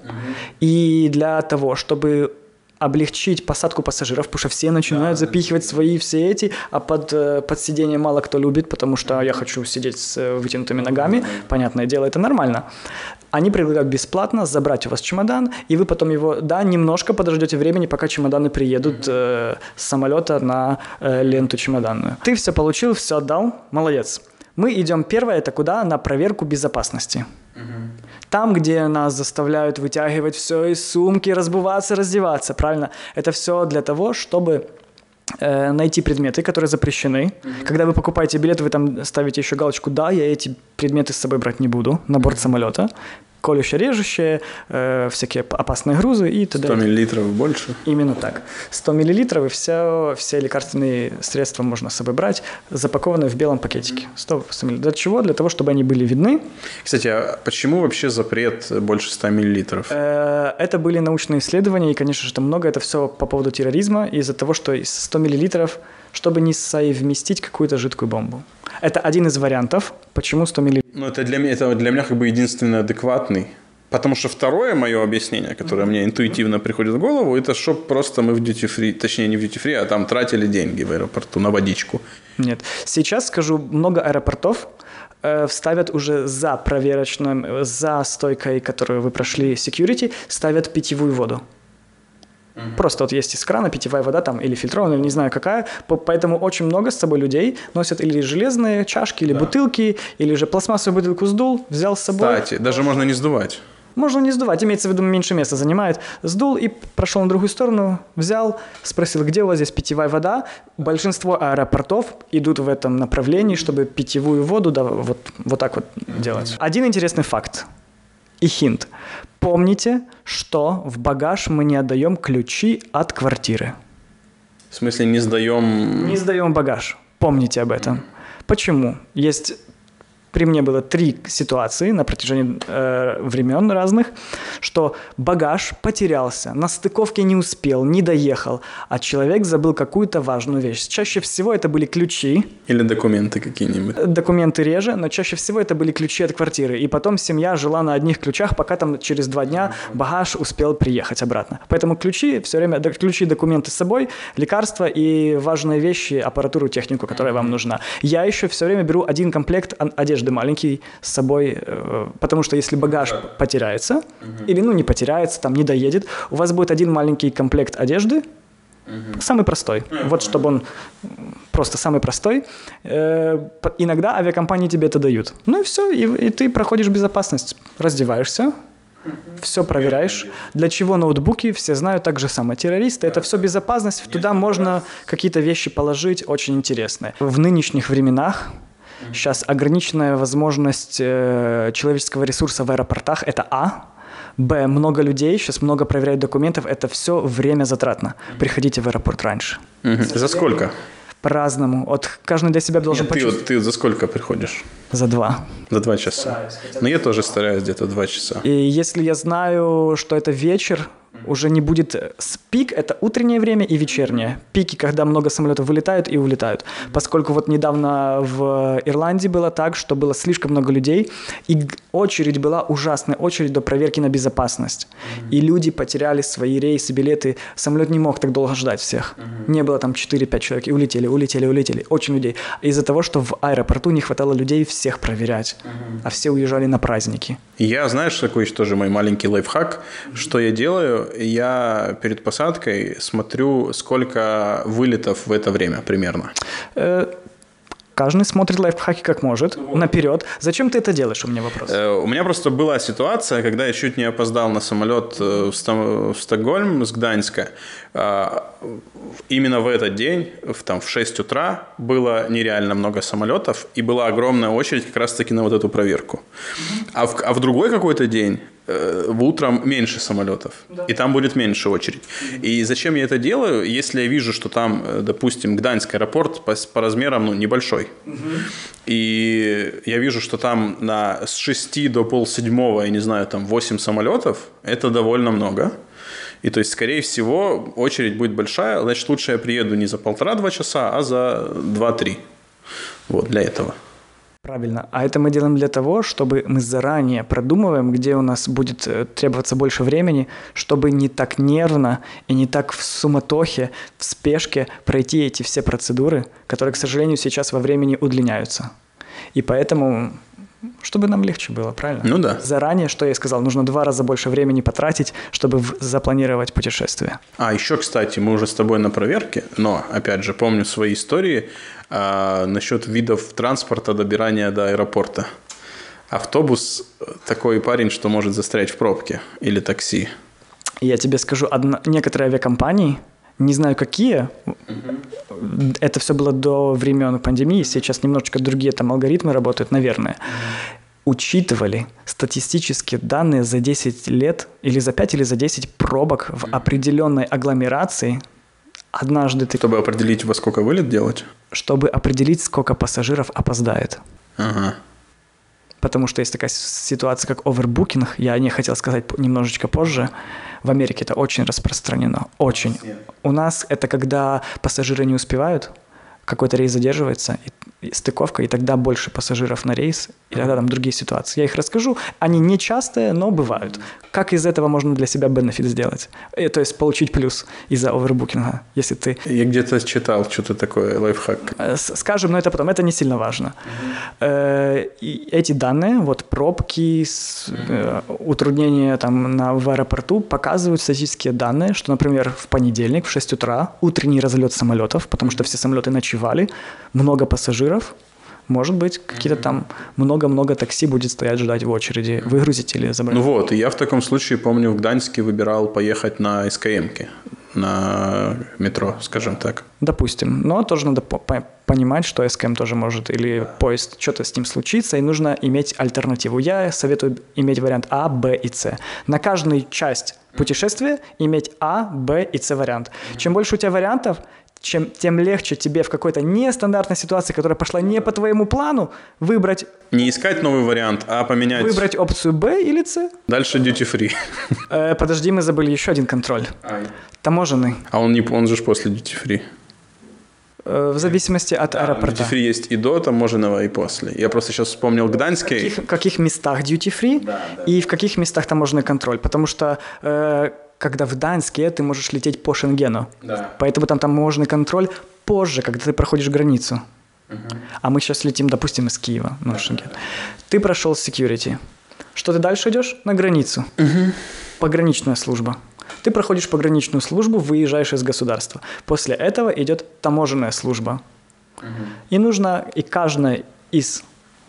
И для того, чтобы облегчить посадку пассажиров, потому что все начинают запихивать свои все эти, а под сиденье мало кто любит, потому что я хочу сидеть с вытянутыми ногами. Понятное дело, это нормально. Они предлагают бесплатно забрать у вас чемодан, и вы потом его, немножко подождете времени, пока чемоданы приедут с самолета на ленту чемоданную. Ты все получил, все отдал, молодец. Мы идем первое, это куда? На проверку безопасности. Там, где нас заставляют вытягивать все из сумки, разбываться, раздеваться, правильно? Это все для того, чтобы найти предметы, которые запрещены. Когда вы покупаете билет, вы там ставите еще галочку «Да, я эти предметы с собой брать не буду» на борт самолета. Колюще-режущие, всякие опасные грузы и т.д. 100 мл больше? Именно так. 100 мл и все лекарственные средства можно с собой брать, запакованные в белом пакетике. 100 мл. Для чего? Для того, чтобы они были видны. Кстати, а почему вообще запрет больше 100 мл? Это были научные исследования, и, конечно же, это много. Это все по поводу терроризма, из-за того, что из 100 мл, чтобы не совместить какую-то жидкую бомбу. Это один из вариантов. Почему 100 мл? Ну, это для меня как бы единственный адекватный. Потому что второе мое объяснение, которое мне интуитивно приходит в голову, это чтоб просто мы в duty-free, точнее не в duty-free, а там тратили деньги в аэропорту на водичку. Нет. Сейчас скажу, много аэропортов ставят уже за проверочным, за стойкой, которую вы прошли, security, ставят питьевую воду. Просто вот есть из крана питьевая вода там или фильтрованная, или не знаю какая, поэтому очень много с собой людей носят или железные чашки, или бутылки, или же пластмассовую бутылку сдул, взял с собой. Кстати, даже можно не сдувать. Можно не сдувать, имеется в виду, меньше места занимает. Сдул и прошел на другую сторону, взял, спросил, где у вас здесь питьевая вода. Большинство аэропортов идут в этом направлении, чтобы питьевую воду вот так вот делать. Один интересный факт и хинт. Помните, что в багаж мы не отдаем ключи от квартиры. В смысле, не сдаем... Не сдаем багаж. Помните об этом. Почему? При мне было 3 ситуации на протяжении времен разных, что багаж потерялся, на стыковке не успел, не доехал, а человек забыл какую-то важную вещь. Чаще всего это были ключи. Или документы какие-нибудь. Документы реже, но чаще всего это были ключи от квартиры. И потом семья жила на одних ключах, пока там через 2 дня багаж успел приехать обратно. Поэтому ключи все время, ключи, документы с собой, лекарства и важные вещи, аппаратуру, технику, которая вам нужна. Я еще все время беру один комплект одежды маленький с собой, потому что если багаж потеряется, или не потеряется, там не доедет, у вас будет один маленький комплект одежды, самый простой. Вот чтобы он просто самый простой. Иногда авиакомпании тебе это дают. Ну и все, и ты проходишь безопасность, раздеваешься, все проверяешь. Для чего ноутбуки, все знают, так же самое. Террористы, это все безопасность, туда можно какие-то вещи положить, очень интересные. В нынешних временах сейчас ограниченная возможность человеческого ресурса в аэропортах – это А. Б. Много людей, сейчас много проверяют документов. Это все время затратно. Приходите в аэропорт раньше. За сколько? По-разному. Каждый для себя должен почувствовать. Ты за сколько приходишь? За 2. За 2 часа. Но я тоже стараюсь где-то 2 часа. И если я знаю, что это вечер, уже не будет... Пик – это утреннее время и вечернее. Пики, когда много самолетов вылетают и улетают. Поскольку вот недавно в Ирландии было так, что было слишком много людей, и очередь была ужасная, очередь до проверки на безопасность. И люди потеряли свои рейсы, билеты. Самолет не мог так долго ждать всех. Не было там 4-5 человек, и улетели. Очень людей. Из-за того, что в аэропорту не хватало людей всех проверять, а все уезжали на праздники. Я, знаешь, такой тоже мой маленький лайфхак, что я делаю? Я перед посадкой смотрю, сколько вылетов в это время примерно. Каждый смотрит лайфхаки как может, наперед. Зачем ты это делаешь, у меня вопрос. У меня просто была ситуация, когда я чуть не опоздал на самолет в Стокгольм с Гданьска. Именно в этот день, в 6 утра, было нереально много самолетов, и была огромная очередь как раз-таки на вот эту проверку. А в другой какой-то день в утром меньше самолетов, и там будет меньше очередь. И зачем я это делаю, если я вижу, что там, допустим, Гданьский аэропорт по размерам небольшой, и я вижу, что там с 6 до 6:30, я не знаю, там 8 самолетов, это довольно много. И то есть, скорее всего, очередь будет большая, значит, лучше я приеду не за 1,5-2 часа, а за 2-3. Вот, для этого. Правильно. А это мы делаем для того, чтобы мы заранее продумываем, где у нас будет требоваться больше времени, чтобы не так нервно и не так в суматохе, в спешке пройти эти все процедуры, которые, к сожалению, сейчас во времени удлиняются. И поэтому... Чтобы нам легче было, правильно? Ну да. Заранее, что я и сказал, нужно 2 раза больше времени потратить, чтобы запланировать путешествие. Еще, кстати, мы уже с тобой на проверке, но, опять же, помню свои истории насчет видов транспорта, добирания до аэропорта. Автобус такой парень, что может застрять в пробке, или такси. Я тебе скажу, некоторые авиакомпании, не знаю какие, это все было до времен пандемии, сейчас немножечко другие там алгоритмы работают, наверное, учитывали статистические данные за 10 лет, или за 5, или за 10 пробок в определенной агломерации. Однажды ты... Чтобы определить, во сколько вылет делать? Чтобы определить, сколько пассажиров опоздает. Ага. Потому что есть такая ситуация, как овербукинг, я не хотел сказать немножечко позже. В Америке это очень распространено, очень. У нас это когда пассажиры не успевают, какой-то рейс задерживается, стыковка, и тогда больше пассажиров на рейс, и тогда там другие ситуации. Я их расскажу, они не частые, но бывают. Как из этого можно для себя бенефит сделать? То есть получить плюс из-за овербукинга, если ты... Я где-то читал что-то такое, лайфхак. Скажем, но это потом, это не сильно важно. И эти данные, вот пробки, утруднения там в аэропорту показывают статистические данные, что, например, в понедельник в 6 утра утренний разлет самолетов, потому что все самолеты ночевали, много пассажиров, может быть, какие-то там много-много такси будет стоять, ждать в очереди. Выгрузить или забрать? Ну вот, и я в таком случае, помню, в Гданьске выбирал поехать на СКМ-ке, на метро, скажем так. Допустим. Но тоже надо понимать, что СКМ тоже может, или поезд, что-то с ним случится, и нужно иметь альтернативу. Я советую иметь вариант А, Б и С. На каждую часть путешествия иметь А, Б и С вариант. Чем больше у тебя вариантов, тем легче тебе в какой-то нестандартной ситуации, которая пошла не по твоему плану, выбрать... Не искать новый вариант, а поменять... Выбрать опцию Б или С. Дальше duty free. Подожди, мы забыли еще один контроль. Таможенный. А он же после duty free. В зависимости от аэропорта. Duty free есть и до таможенного, и после. Я просто сейчас вспомнил Гданьский. В каких местах duty free и в каких местах таможенный контроль. Потому что... когда в Гданьске ты можешь лететь по Шенгену. Да. Поэтому там таможенный контроль позже, когда ты проходишь границу. А мы сейчас летим, допустим, из Киева, в Шенген. Ты прошел security. Что ты дальше идешь? На границу. Пограничная служба. Ты проходишь пограничную службу, выезжаешь из государства. После этого идет таможенная служба. И нужно, и каждая из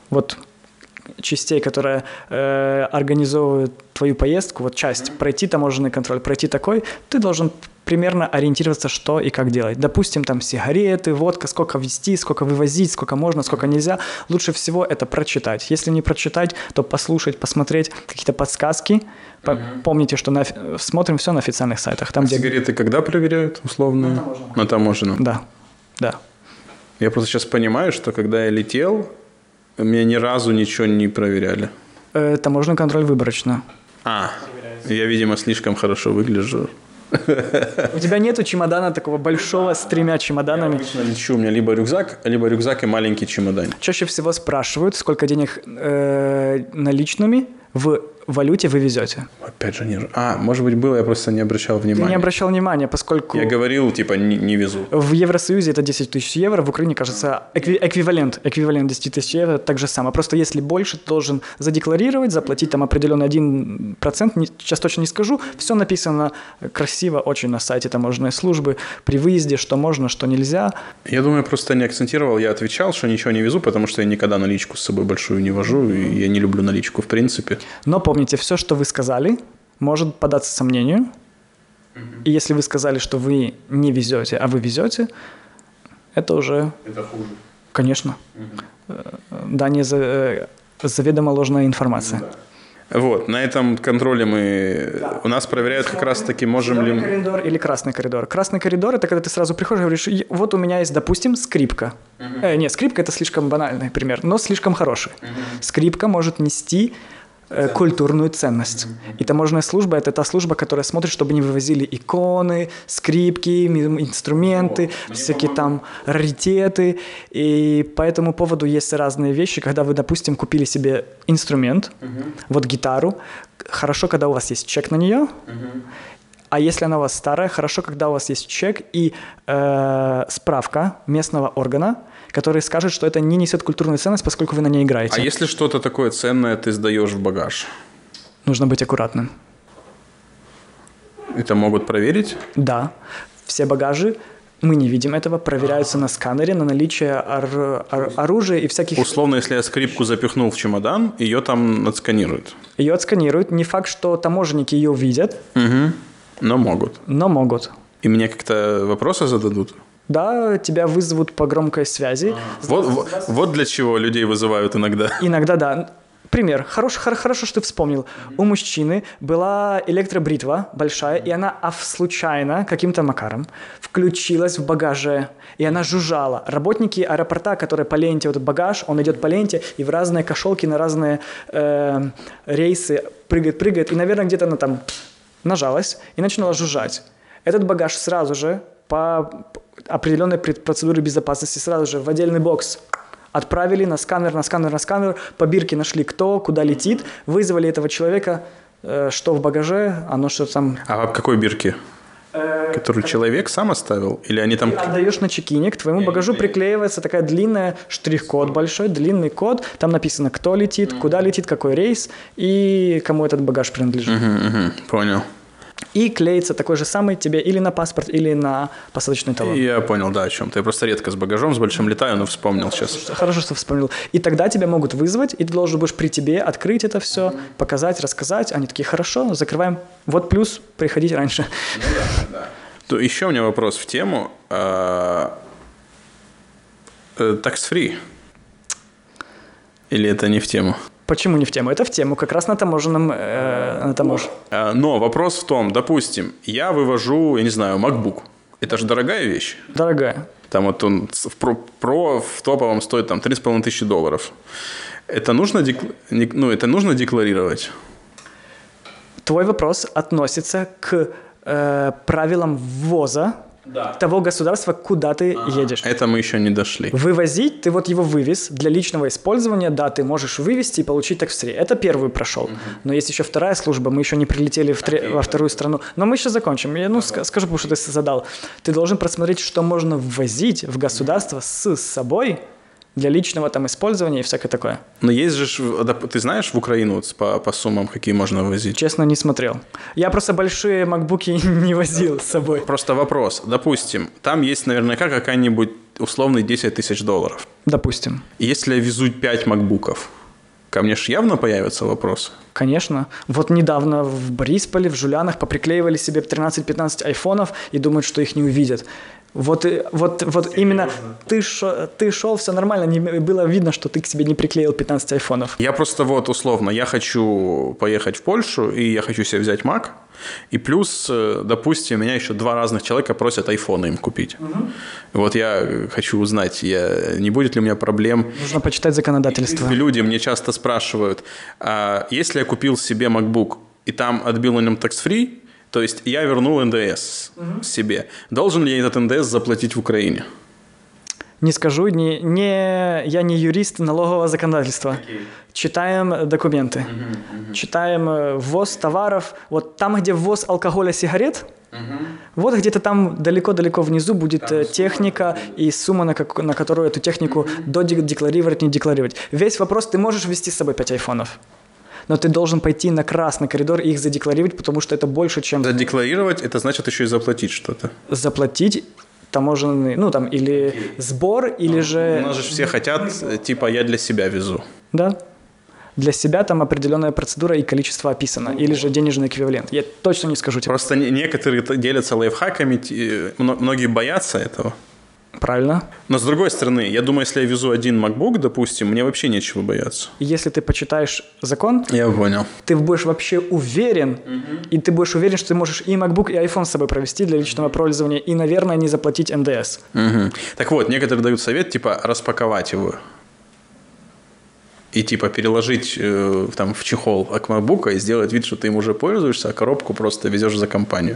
частей, которая организовывает твою поездку, часть, пройти таможенный контроль, пройти такой, ты должен примерно ориентироваться, что и как делать. Допустим, там сигареты, водка, сколько везти, сколько вывозить, сколько можно, сколько нельзя. Лучше всего это прочитать. Если не прочитать, то послушать, посмотреть какие-то подсказки. Помните, что смотрим все на официальных сайтах. Там, сигареты когда проверяют условно? На таможенном. Да. Я просто сейчас понимаю, что когда я летел, меня ни разу ничего не проверяли. Таможенный контроль выборочно. Я, видимо, слишком хорошо выгляжу. У тебя нету чемодана такого большого с 3 чемоданами? Я обычно лечу, у меня либо рюкзак и маленький чемодан. Чаще всего спрашивают, сколько денег наличными в валюте вы везете. Опять же, может быть, было, я просто не обращал внимания. Ты не обращал внимания, поскольку... Я говорил, не везу. В Евросоюзе это 10 тысяч евро, в Украине, кажется, эквивалент 10 тысяч евро, так же самое. Просто если больше, ты должен задекларировать, заплатить там определенный 1%, сейчас точно не скажу, все написано красиво очень на сайте таможенной службы, при выезде, что можно, что нельзя. Я думаю, просто не акцентировал, я отвечал, что ничего не везу, потому что я никогда наличку с собой большую не вожу, и я не люблю наличку в принципе. Но помните, все, что вы сказали, может поддаться сомнению. И если вы сказали, что вы не везете, а вы везете, это уже... Это хуже. Конечно. Заведомо ложная информация. На этом контроле у нас проверяют как раз-таки, можем ли... Зеленый коридор или красный коридор. Красный коридор – это когда ты сразу приходишь и говоришь, вот у меня есть, допустим, скрипка. Нет, скрипка – это слишком банальный пример, но слишком хороший. Скрипка может нести культурную ценность. И таможенная служба – это та служба, которая смотрит, чтобы не вывозили иконы, скрипки, инструменты, всякие там раритеты. И по этому поводу есть разные вещи. Когда вы, допустим, купили себе инструмент, гитару, хорошо, когда у вас есть чек на нее, а если она у вас старая, хорошо, когда у вас есть чек и справка местного органа, который скажет, что это не несет культурную ценность, поскольку вы на ней играете. А если что-то такое ценное ты сдаешь в багаж? Нужно быть аккуратным. Это могут проверить? Да. Все багажи, мы не видим этого, проверяются на сканере, на наличие оружия и всяких... Условно, если я скрипку запихнул в чемодан, ее там отсканируют? Ее отсканируют. Не факт, что таможенники ее видят. Но могут. И мне как-то вопросы зададут? Да, тебя вызовут по громкой связи. Вот для чего людей вызывают иногда. Иногда, да. Пример. Хорошо, что ты вспомнил. У мужчины была электробритва большая, и она случайно, каким-то макаром, включилась в багаже, и она жужжала. Работники аэропорта, которые по ленте, багаж, он идет по ленте, и в разные кошелки на разные рейсы прыгает, и, наверное, где-то она там нажалась и начала жужжать. Этот багаж сразу же по определенной процедуре безопасности сразу же в отдельный бокс Отправили на сканер, по бирке нашли кто, куда летит, вызвали этого человека, что в багаже, оно что там... А в какой бирке? Который человек сам оставил? Или они там... Ты отдаешь на чекине, к твоему багажу приклеивается такая длинная штрих-код большой, длинный код, там написано, кто летит, куда летит, какой рейс и кому этот багаж принадлежит. Понял. И клеится такой же самый тебе или на паспорт, или на посадочный талон. Я понял, да, о чем ты. Я просто редко с багажом, с большим летаю, но вспомнил сейчас. Хорошо, что вспомнил. И тогда тебя могут вызвать, и ты должен будешь при тебе открыть это все, показать, рассказать. Они такие, хорошо, закрываем. Вот плюс, приходите раньше. Ну да. То еще у меня вопрос в тему. Tax-free. Или это не в тему? Почему не в тему? Это в тему, как раз на таможенном... Но вопрос в том, допустим, я вывожу, я не знаю, MacBook. Это же дорогая вещь. Дорогая. Там вот он в топовом стоит там $3,500. Это нужно декларировать? Твой вопрос относится к правилам ввоза того государства, куда ты едешь. Это мы еще не дошли. Вывозить, ты вот его вывез для личного использования, да, ты можешь вывести и получить tax-free. Это первый прошел. Но есть еще вторая служба, мы еще не прилетели во вторую страну. Но мы еще закончим. Я скажу, потому что ты задал. Ты должен просмотреть, что можно ввозить в государство с собой для личного там использования и всякое такое. Но есть же, ты знаешь в Украину вот по суммам, какие можно возить? Честно, не смотрел. Я просто большие макбуки не возил с собой. Просто вопрос. Допустим, там есть наверняка какая-нибудь условный $10 тысяч. Допустим. Если я везу 5 макбуков, ко мне ж явно появятся вопросы? Конечно. Вот недавно в Борисполе, в Жулянах поприклеивали себе 13-15 айфонов и думают, что их не увидят. Вот именно ты шел, все нормально, не было видно, что ты к себе не приклеил 15 айфонов. Я просто вот условно, я хочу поехать в Польшу, и я хочу себе взять Mac, и плюс, допустим, меня еще 2 разных человека просят айфоны им купить. Вот я хочу узнать, не будет ли у меня проблем. Нужно почитать законодательство. Люди мне часто спрашивают, если я купил себе MacBook, и там отбил на нем tax-free, то есть я вернул НДС себе. Должен ли я этот НДС заплатить в Украине? Не скажу, я не юрист налогового законодательства. Okay. Читаем документы, читаем ввоз товаров. Вот там, где ввоз алкоголя, сигарет, вот где-то там далеко-далеко внизу будет там техника и сумма, на которую эту технику декларировать, не декларировать. Весь вопрос, ты можешь везти с собой 5 айфонов. Но ты должен пойти на красный коридор и их задекларировать, потому что это больше, чем... Задекларировать, это значит еще и заплатить что-то. Заплатить таможенный, или сбор, или же... У нас же все хотят, типа, я для себя везу. Да. Для себя там определенная процедура и количество описано, или же денежный эквивалент. Я точно не скажу тебе. Просто некоторые делятся лайфхаками, многие боятся этого. Правильно. Но с другой стороны, я думаю, если я везу один MacBook, допустим, мне вообще нечего бояться. Если ты почитаешь закон, я понял, ты будешь вообще уверен, и ты будешь уверен, что ты можешь и MacBook, и iPhone с собой провести для личного пользования, и, наверное, не заплатить НДС. Так вот, некоторые дают совет, типа, распаковать его. И типа переложить там в чехол от MacBook и сделать вид, что ты им уже пользуешься, а коробку просто везешь за компанию.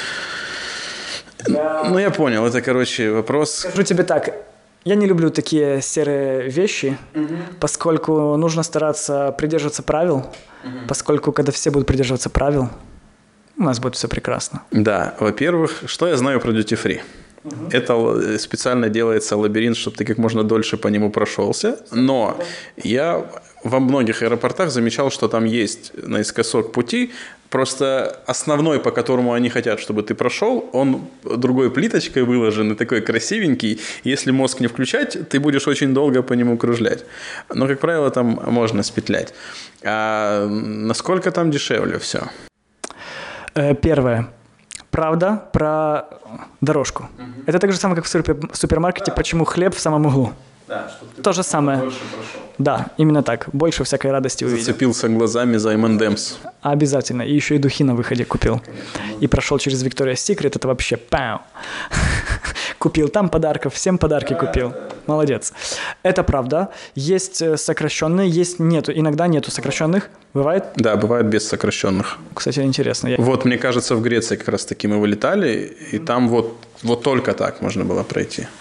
Ну, я понял, это, вопрос. Скажу тебе так, я не люблю такие серые вещи, поскольку нужно стараться придерживаться правил, поскольку когда все будут придерживаться правил, у нас будет все прекрасно. Да, во-первых, что я знаю про Duty Free? Это специально делается лабиринт, чтобы ты как можно дольше по нему прошелся, но я во многих аэропортах замечал, что там есть наискосок пути, просто основной, по которому они хотят, чтобы ты прошел, он другой плиточкой выложен и такой красивенький. Если мозг не включать, ты будешь очень долго по нему кружлять. Но, как правило, там можно спетлять. А насколько там дешевле все? Первое. Правда про дорожку. Это так же самое, как в супермаркете, почему хлеб в самом углу. Да, чтобы ты то же самое. Больше прошел. Да, именно так. Больше всякой радости увидел. Зацепился глазами за M&M's. Обязательно. И еще и духи на выходе купил. И прошел через Victoria's Secret. Это вообще пау. Купил там подарков, всем подарки купил. Молодец. Это правда. Есть сокращенные, есть нету. Иногда нету сокращенных. Бывает? Да, бывает без сокращенных. Кстати, интересно. Вот, мне кажется, в Греции как раз таки мы вылетали, и там вот только так можно было пройти.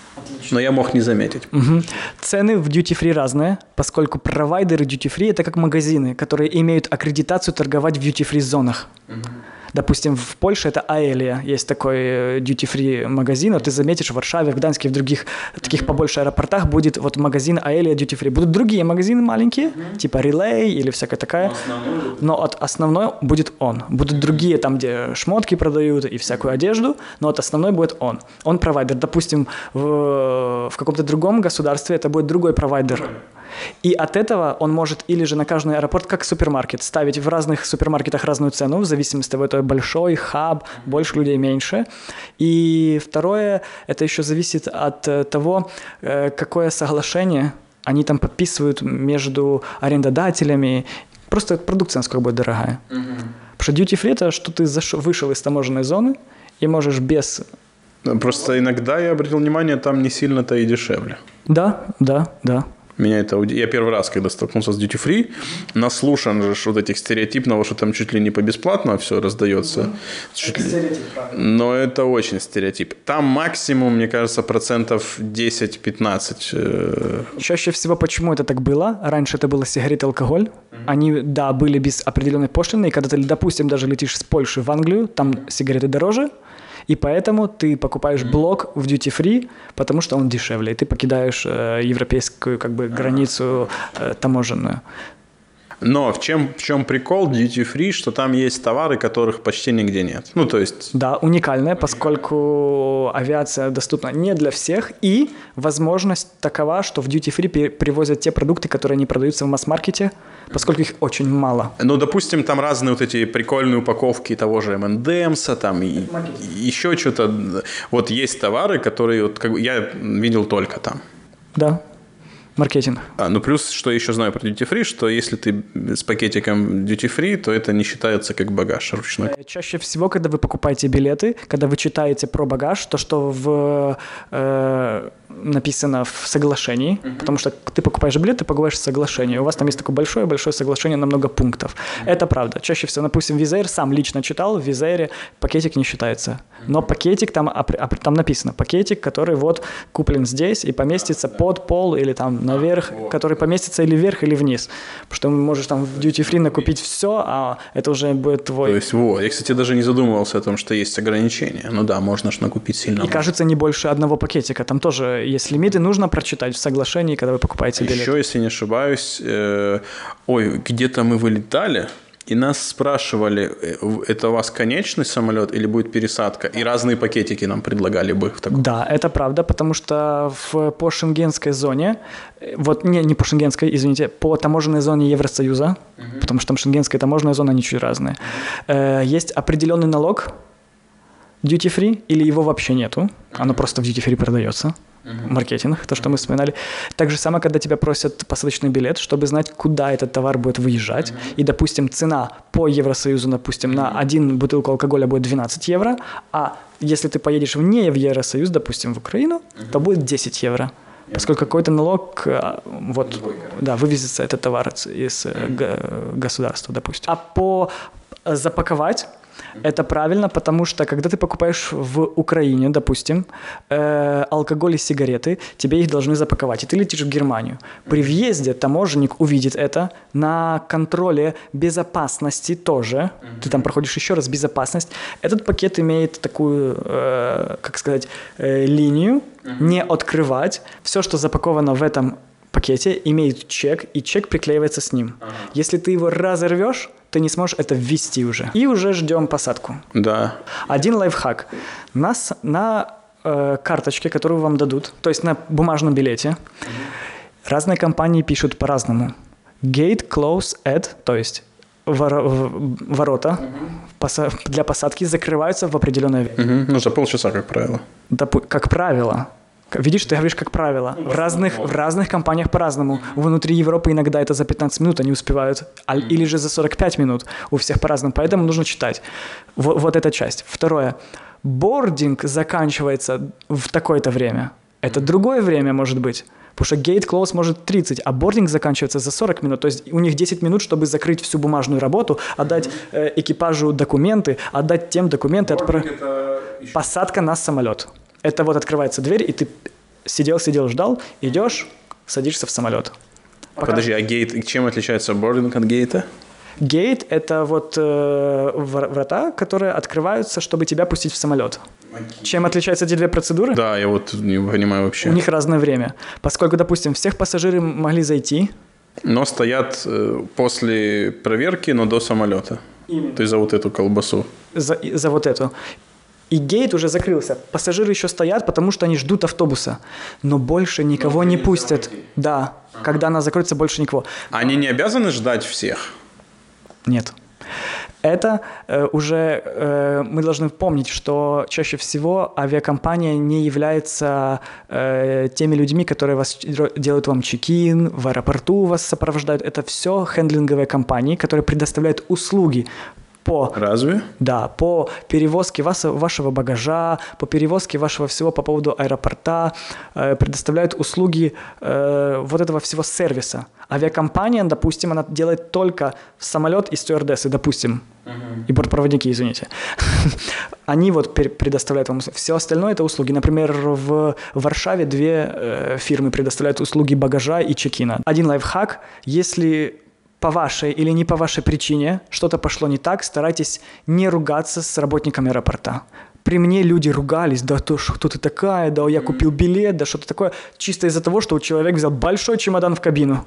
но я мог не заметить. Цены в duty-free разные, поскольку провайдеры duty-free – это как магазины, которые имеют аккредитацию торговать в duty-free зонах. Допустим, в Польше это Аэлия, есть такой duty-free магазин, ты заметишь, в Варшаве, в Гданьске, в других таких побольше аэропортах будет вот магазин Аэлия duty-free. Будут другие магазины маленькие, типа Relay или всякая такая, но основной будет он. Будут другие, там, где шмотки продают и всякую одежду, но вот основной будет он. Он провайдер. Допустим, в каком-то другом государстве это будет другой провайдер. И от этого он может или же на каждый аэропорт, как супермаркет, ставить в разных супермаркетах разную цену, в зависимости от этого большой хаб, больше людей, меньше. И второе, это еще зависит от того, какое соглашение они там подписывают между арендодателями. Просто продукция насколько будет дорогая. Потому что duty-free – это что ты вышел из таможенной зоны и можешь без... Просто иногда я обратил внимание, там не сильно-то и дешевле. Да. Меня это я первый раз, когда столкнулся с Duty Free, наслушан же вот этих стереотипного, что там чуть ли не по бесплатно все раздается. Но это очень стереотип. Там максимум, мне кажется, процентов 10-15. Чаще всего, почему это так было? Раньше это было сигареты, алкоголь. Они, да, были без определенной пошлины. И когда ты, допустим, даже летишь с Польши в Англию, там сигареты дороже. И поэтому ты покупаешь блок в duty-free, потому что он дешевле, и ты покидаешь европейскую как бы границу таможенную. Но в чем прикол duty-free, что там есть товары, которых почти нигде нет. Ну, то есть... Да, уникальная, поскольку авиация доступна не для всех, и возможность такова, что в duty-free привозят те продукты, которые не продаются в масс-маркете, поскольку их очень мало. Ну, допустим, там разные вот эти прикольные упаковки того же M&M'са, там и еще что-то. Вот есть товары, которые вот, как я видел только там. Да. Маркетинг. Ну, плюс, что я еще знаю про Duty Free, что если ты с пакетиком Duty Free, то это не считается как багаж ручной. Чаще всего, когда вы покупаете билеты, когда вы читаете про багаж, то, что написано в соглашении, потому что ты покупаешь билет, ты покупаешь соглашение. У вас там есть такое большое-большое соглашение на много пунктов. Это правда. Чаще всего, допустим, Wizz Air сам лично читал, в Wizz Air пакетик не считается. Но пакетик, там написано, пакетик, который вот куплен здесь и поместится под пол или там наверх, который поместится или вверх, или вниз. Потому что ты можешь там в duty-free накупить все, а это уже будет твой... То есть, вот. Я, кстати, даже не задумывался о том, что есть ограничения. Ну да, можно ж накупить сильно. И кажется, не больше одного пакетика. Там тоже есть лимиты, нужно прочитать в соглашении, когда вы покупаете билет. Еще, если не ошибаюсь, где-то мы вылетали, и нас спрашивали, это у вас конечный самолет или будет пересадка? И разные пакетики нам предлагали бы в таком. Да, это правда, потому что по шенгенской зоне, вот не по шенгенской, извините, по таможенной зоне Евросоюза, потому что там шенгенская и таможенная зона, они чуть разные, есть определенный налог duty-free или его вообще нету, оно просто в duty-free продается. Маркетинг, то, что мы вспоминали. Так же самое, когда тебя просят посадочный билет, чтобы знать, куда этот товар будет выезжать. И, допустим, цена по Евросоюзу, допустим, на один бутылку алкоголя будет 12 евро, а если ты поедешь вне в Евросоюз, допустим, в Украину, то будет 10 евро. Поскольку какой-то налог, вот, да, вывезется этот товар из государства, допустим. А по запаковать это правильно, потому что когда ты покупаешь в Украине, допустим, алкоголь и сигареты, тебе их должны запаковать, и ты летишь в Германию. При въезде таможенник увидит это, на контроле безопасности тоже, ты там проходишь еще раз безопасность. Этот пакет имеет такую, как сказать, линию, не открывать. Все, что запаковано в этом пакете, имеет чек, и чек приклеивается с ним. Если ты его разорвешь, ты не сможешь это ввести уже. И уже ждем посадку. Да. Один лайфхак. На карточке, которую вам дадут, то есть на бумажном билете, разные компании пишут по-разному. Gate close at, то есть ворота для посадки закрываются в определенное время. Ну, за полчаса, как правило. Как правило. Видишь, ты говоришь, как правило. В разных компаниях по-разному. Внутри Европы иногда это за 15 минут они успевают, или же за 45 минут. У всех по-разному. Поэтому нужно читать. Вот эта часть. Второе. Бординг заканчивается в такое-то время. Это другое время может быть. Потому что gate close может 30, а бординг заканчивается за 40 минут. То есть у них 10 минут, чтобы закрыть всю бумажную работу, отдать экипажу документы, отдать тем документы. Посадка на самолет. Это вот открывается дверь, и ты сидел, ждал, идешь, садишься в самолет. Подожди, а гейт, чем отличается бординг от гейта? Гейт – это вот врата, которые открываются, чтобы тебя пустить в самолет. Чем отличаются эти две процедуры? Да, я вот не понимаю вообще. У них разное время. Поскольку, допустим, всех пассажиры могли зайти. Но стоят после проверки, но до самолета. Именно. То есть за вот эту колбасу. За вот эту. И гейт уже закрылся. Пассажиры еще стоят, потому что они ждут автобуса. Но больше никого не пустят. Да, когда она закроется, больше никого. Они не обязаны ждать всех? Нет. Это уже мы должны помнить, что чаще всего авиакомпания не является теми людьми, которые делают вам чек-ин, в аэропорту вас сопровождают. Это все хендлинговые компании, которые предоставляют услуги по... Разве? Да, по перевозке вашего багажа, по перевозке вашего всего по поводу аэропорта, предоставляют услуги вот этого всего сервиса. Авиакомпания, допустим, она делает только самолет и стюардессы, допустим, и бортпроводники, извините. Они вот предоставляют вам все остальное, это услуги. Например, в Варшаве 2 фирмы предоставляют услуги багажа и чек-ина. Один лайфхак, если по вашей или не по вашей причине что-то пошло не так, старайтесь не ругаться с работниками аэропорта. При мне люди ругались, да то, что ты такая, да я купил билет, да что-то такое, чисто из-за того, что человек взял большой чемодан в кабину.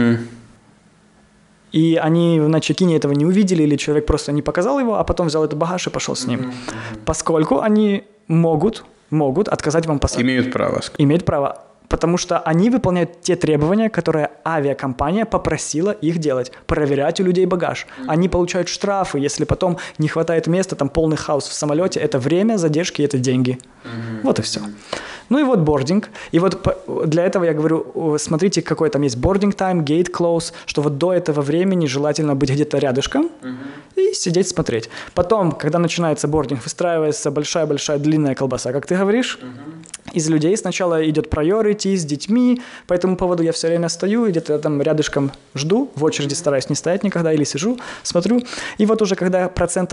И они на чекине этого не увидели, или человек просто не показал его, а потом взял этот багаж и пошел с ним. Поскольку они могут отказать вам посадку. Имеют право. Имеют право. Потому что они выполняют те требования, которые авиакомпания попросила их делать. Проверять у людей багаж. Они получают штрафы, если потом не хватает места, там полный хаос в самолете. Это время, задержки, это деньги. Вот и все. Ну и вот бординг. И вот для этого я говорю, смотрите, какой там есть boarding time, gate close, что вот до этого времени желательно быть где-то рядышком и сидеть смотреть. Потом, когда начинается бординг, выстраивается большая-большая длинная колбаса, как ты говоришь. Из людей сначала идет priority с детьми, по этому поводу я все время стою и где-то там рядышком жду, в очереди стараюсь не стоять никогда, или сижу, смотрю. И вот уже когда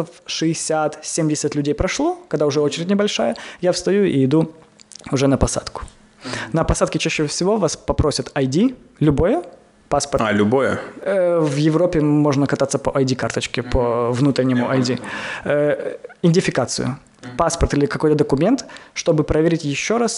60-70% людей прошло, когда уже очередь небольшая, я встаю и иду уже на посадку. На посадке чаще всего вас попросят ID, любое, паспорт. Любое? В Европе можно кататься по ID-карточке, по внутреннему ID. Идентификацию. Паспорт или какой-то документ, чтобы проверить еще раз,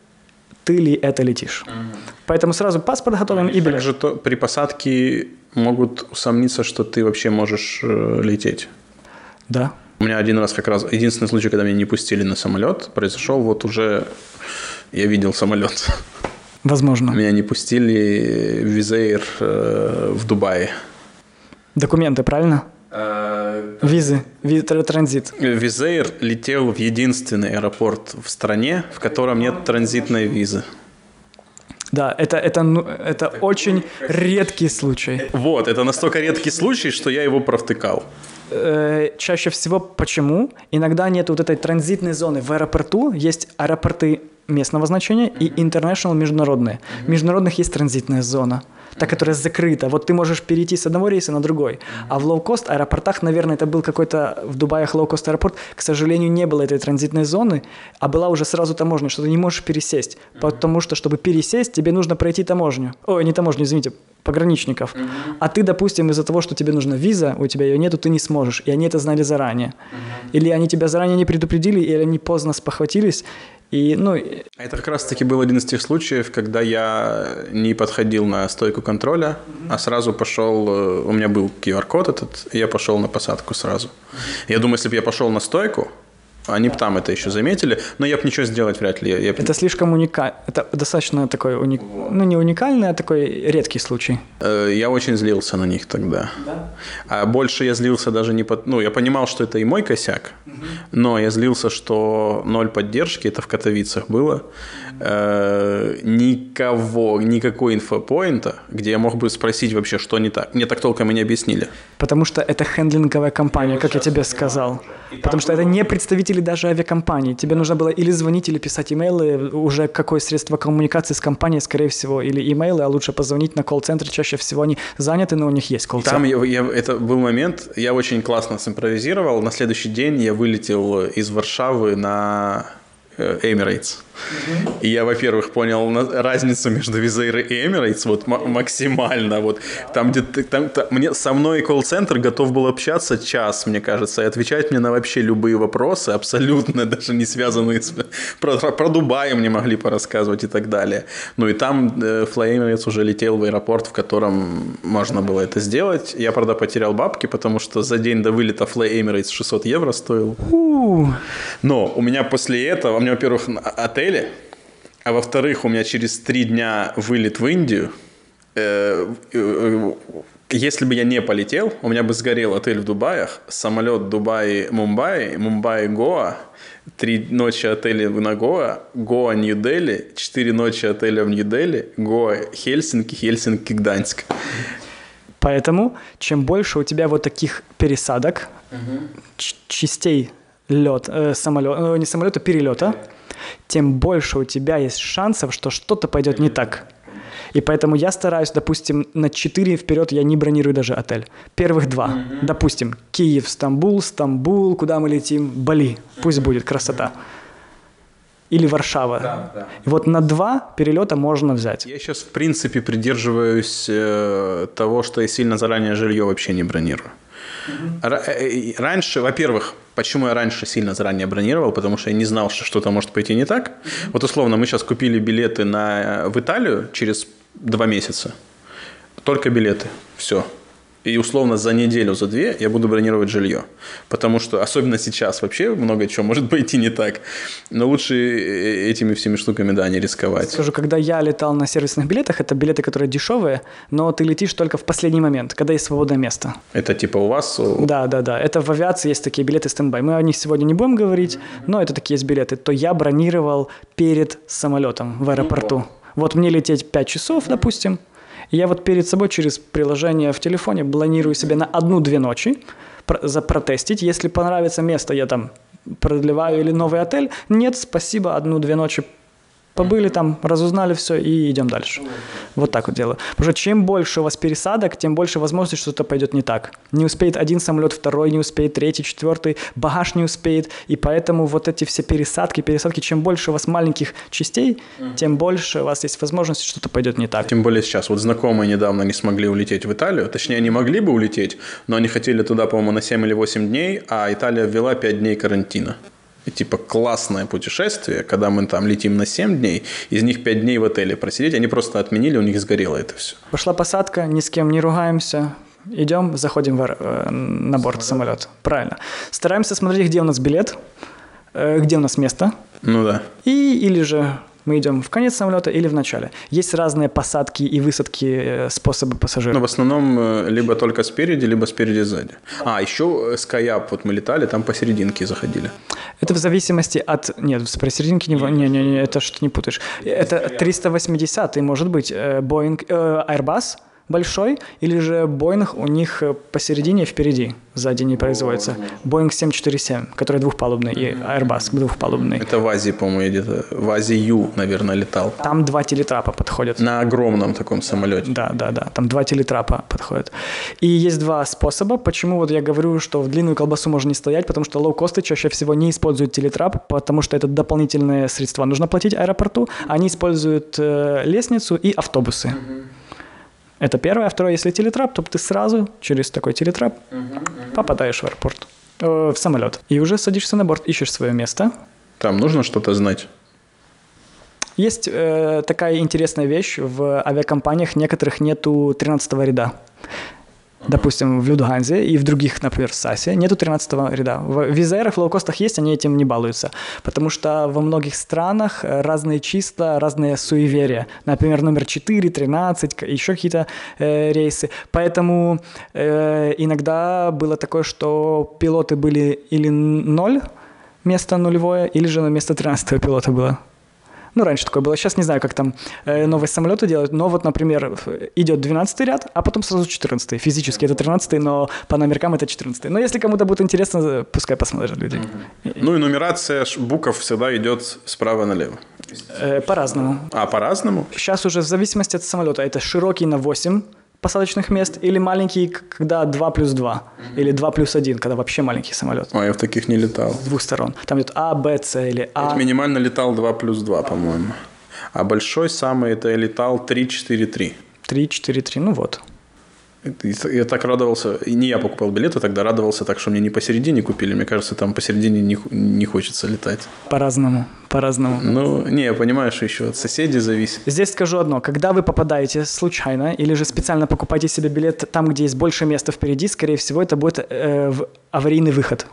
ты ли это летишь. Поэтому сразу паспорт готовим и билет. Также при посадке могут усомниться, что ты вообще можешь лететь. Да. У меня один раз как раз, единственный случай, когда меня не пустили на самолет, произошел вот уже, я видел самолет. Возможно. Меня не пустили в Wizz Air в Дубае. Документы, правильно? Визы, транзит. Wizz Air летел в единственный аэропорт в стране, в котором нет транзитной визы. Да, это очень редкий случай. Вот, это настолько редкий случай, что я его провтыкал. Чаще всего почему? Иногда нет вот этой транзитной зоны. В аэропорту есть аэропорты местного значения и international международные. В международных есть транзитная зона, та, которая закрыта. Вот ты можешь перейти с одного рейса на другой. А в лоу-кост аэропортах, наверное, это был какой-то в Дубаях лоу-кост аэропорт, к сожалению, не было этой транзитной зоны, а была уже сразу таможня, что ты не можешь пересесть. Потому что, чтобы пересесть, тебе нужно пройти таможню. Ой, не таможню, извините, пограничников. А ты, допустим, из-за того, что тебе нужна виза, у тебя ее нету, ты не сможешь. И они это знали заранее. Или они тебя заранее не предупредили, или они поздно спохватились. И, это как раз-таки был один из тех случаев, когда я не подходил на стойку контроля, а сразу пошел, у меня был QR-код этот, и я пошел на посадку сразу. Я думаю, если бы я пошел на стойку, они бы там это еще заметили, но я бы ничего сделать вряд ли. Это слишком уникально. Это достаточно такой, не уникальный, а такой редкий случай. Я очень злился на них тогда. Да? А больше я злился даже не под... я понимал, что это и мой косяк, но я злился, что 0 поддержки, это в Катовицах было. Никакой инфопоинта, где я мог бы спросить вообще, что не так. Мне так толком и не объяснили. Потому что это хендлинговая компания, как я тебе сказал. Потому что это не представители даже авиакомпании. Тебе нужно было или звонить, или писать имейлы. Уже какое средство коммуникации с компанией, скорее всего, или имейлы, а лучше позвонить на колл-центр. Чаще всего они заняты, но у них есть колл-центр. Там это был момент, я очень классно симпровизировал. На следующий день я вылетел из Варшавы на Emirates. И я, во-первых, понял разницу между Wizz Air и Emirates вот максимально. Вот. Там, где со мной колл-центр готов был общаться час, мне кажется, и отвечать мне на вообще любые вопросы, абсолютно даже не связанные с... Про Дубай мне могли порассказывать и так далее. Ну и там Fly Emirates уже летел в аэропорт, в котором можно было это сделать. Я, правда, потерял бабки, потому что за день до вылета Fly Emirates 600 евро стоил. Но у меня после этого, у меня, во-первых, отели, а во-вторых, у меня через 3 дня вылет в Индию. Если бы я не полетел, у меня бы сгорел отель в Дубаях, самолет Дубай-Мумбаи, Мумбаи-Гоа, 3 ночи отеля на Гоа, Гоа-Нью-Дели, 4 ночи отеля в Нью-Дели, Гоа-Хельсинки, Хельсинки-Гданьск. Поэтому, чем больше у тебя вот таких пересадок, частей самолета, не самолета, перелета, тем больше у тебя есть шансов, что что-то пойдет не так. И поэтому я стараюсь, допустим, на 4 вперед я не бронирую даже отель. Первых 2. Допустим, Киев, Стамбул, куда мы летим? Бали. Пусть будет красота. Или Варшава. Да. И вот на 2 перелета можно взять. Я сейчас, в принципе, придерживаюсь того, что я сильно заранее жилье вообще не бронирую. Раньше, во-первых, почему я раньше сильно заранее бронировал? Потому что я не знал, что что-то может пойти не так. Вот условно, мы сейчас купили билеты в Италию через 2 месяца. Только билеты. Все. И условно за неделю, за 2 я буду бронировать жилье. Потому что, особенно сейчас, вообще много чего может пойти не так. Но лучше этими всеми штуками, да, не рисковать. Скажу, когда я летал на сервисных билетах, это билеты, которые дешевые, но ты летишь только в последний момент, когда есть свободное место. Это типа у вас? Да. Это в авиации есть такие билеты стендбай. Мы о них сегодня не будем говорить, но это такие есть билеты. То я бронировал перед самолетом в аэропорту. Вот мне лететь 5 часов, допустим. Я вот перед собой через приложение в телефоне бронирую себе на 1-2 ночи протестить. Если понравится место, я там продлеваю или новый отель. Нет, спасибо, 1-2 ночи побыли там, разузнали все и идем дальше. Вот так вот делаю. Потому что чем больше у вас пересадок, тем больше возможности, что что-то пойдет не так. Не успеет один самолет, второй не успеет, третий, четвертый, багаж не успеет. И поэтому вот эти все пересадки, чем больше у вас маленьких частей, тем больше у вас есть возможность, что-то пойдет не так. Тем более сейчас. Вот знакомые недавно не смогли улететь в Италию. Точнее, они могли бы улететь, но они хотели туда, по-моему, на 7 или 8 дней, а Италия ввела 5 дней карантина. И типа классное путешествие, когда мы там летим на 7 дней, из них 5 дней в отеле просидеть, они просто отменили, у них сгорело это все. Пошла посадка, ни с кем не ругаемся, идем, заходим на борт самолета. Правильно. Стараемся смотреть, где у нас билет, где у нас место. Ну да. Или же мы идем в конец самолета или в начале. Есть разные посадки и высадки, способы пассажиров. Но в основном либо только спереди, либо спереди-сзади. Еще SkyUp, вот мы летали, там посерединке заходили. Это в зависимости от... Нет, посерединке не, это что не путаешь. Это 380, может быть, Boeing, Airbus большой, или же Boeing у них посередине впереди, сзади не производится. Boeing 747, который двухпалубный, и Airbus двухпалубный. Это в Азии, по-моему, где-то в Азии Ю, наверное, летал. Там 2 телетрапа подходят. На огромном таком самолете. Да, там 2 телетрапа подходят. И есть 2 способа, почему вот я говорю, что в длинную колбасу можно не стоять, потому что лоукосты чаще всего не используют телетрап, потому что это дополнительные средства нужно платить аэропорту, они используют лестницу и автобусы. Это первое. А второе, если телетрап, то ты сразу через такой телетрап попадаешь в аэропорт, в самолет. И уже садишься на борт, ищешь свое место. Там нужно что-то знать. Есть такая интересная вещь. В авиакомпаниях некоторых нету 13-го ряда. Допустим, в Люфтганзе и в других, например, в САСе нету 13-го ряда. В Wizz Air, в лоукостах есть, они этим не балуются. Потому что во многих странах разные числа, разные суеверия. Например, номер 4, 13, еще какие-то рейсы. Поэтому иногда было такое, что пилоты были или 0, место нулевое, или же на место 13-го пилота было. Ну, раньше такое было. Сейчас не знаю, как там новые самолеты делают. Но вот, например, идет 12-й ряд, а потом сразу 14-й. Физически это 13-й, но по номеркам это 14-й. Но если кому-то будет интересно, пускай посмотрят люди. Ну и нумерация букв всегда идет справа налево. По-разному. По-разному? Сейчас уже в зависимости от самолета. Это широкий на 8 посадочных мест, или маленькие, когда 2+2, или 2+1, когда вообще маленький самолет. А я в таких не летал. С двух сторон. Там идет А, Б, С или А. Я минимально летал 2+2, по-моему. А большой самый это я летал 3-4-3. 3-4-3, ну вот. Я так радовался, и не я покупал билеты, тогда радовался так, что мне не посередине купили. Мне кажется, там посередине не хочется летать. По-разному. Ну, не, я понимаю, что еще от соседей зависит. Здесь скажу одно. Когда вы попадаете случайно или же специально покупаете себе билет там, где есть больше места впереди, скорее всего, это будет аварийный выход.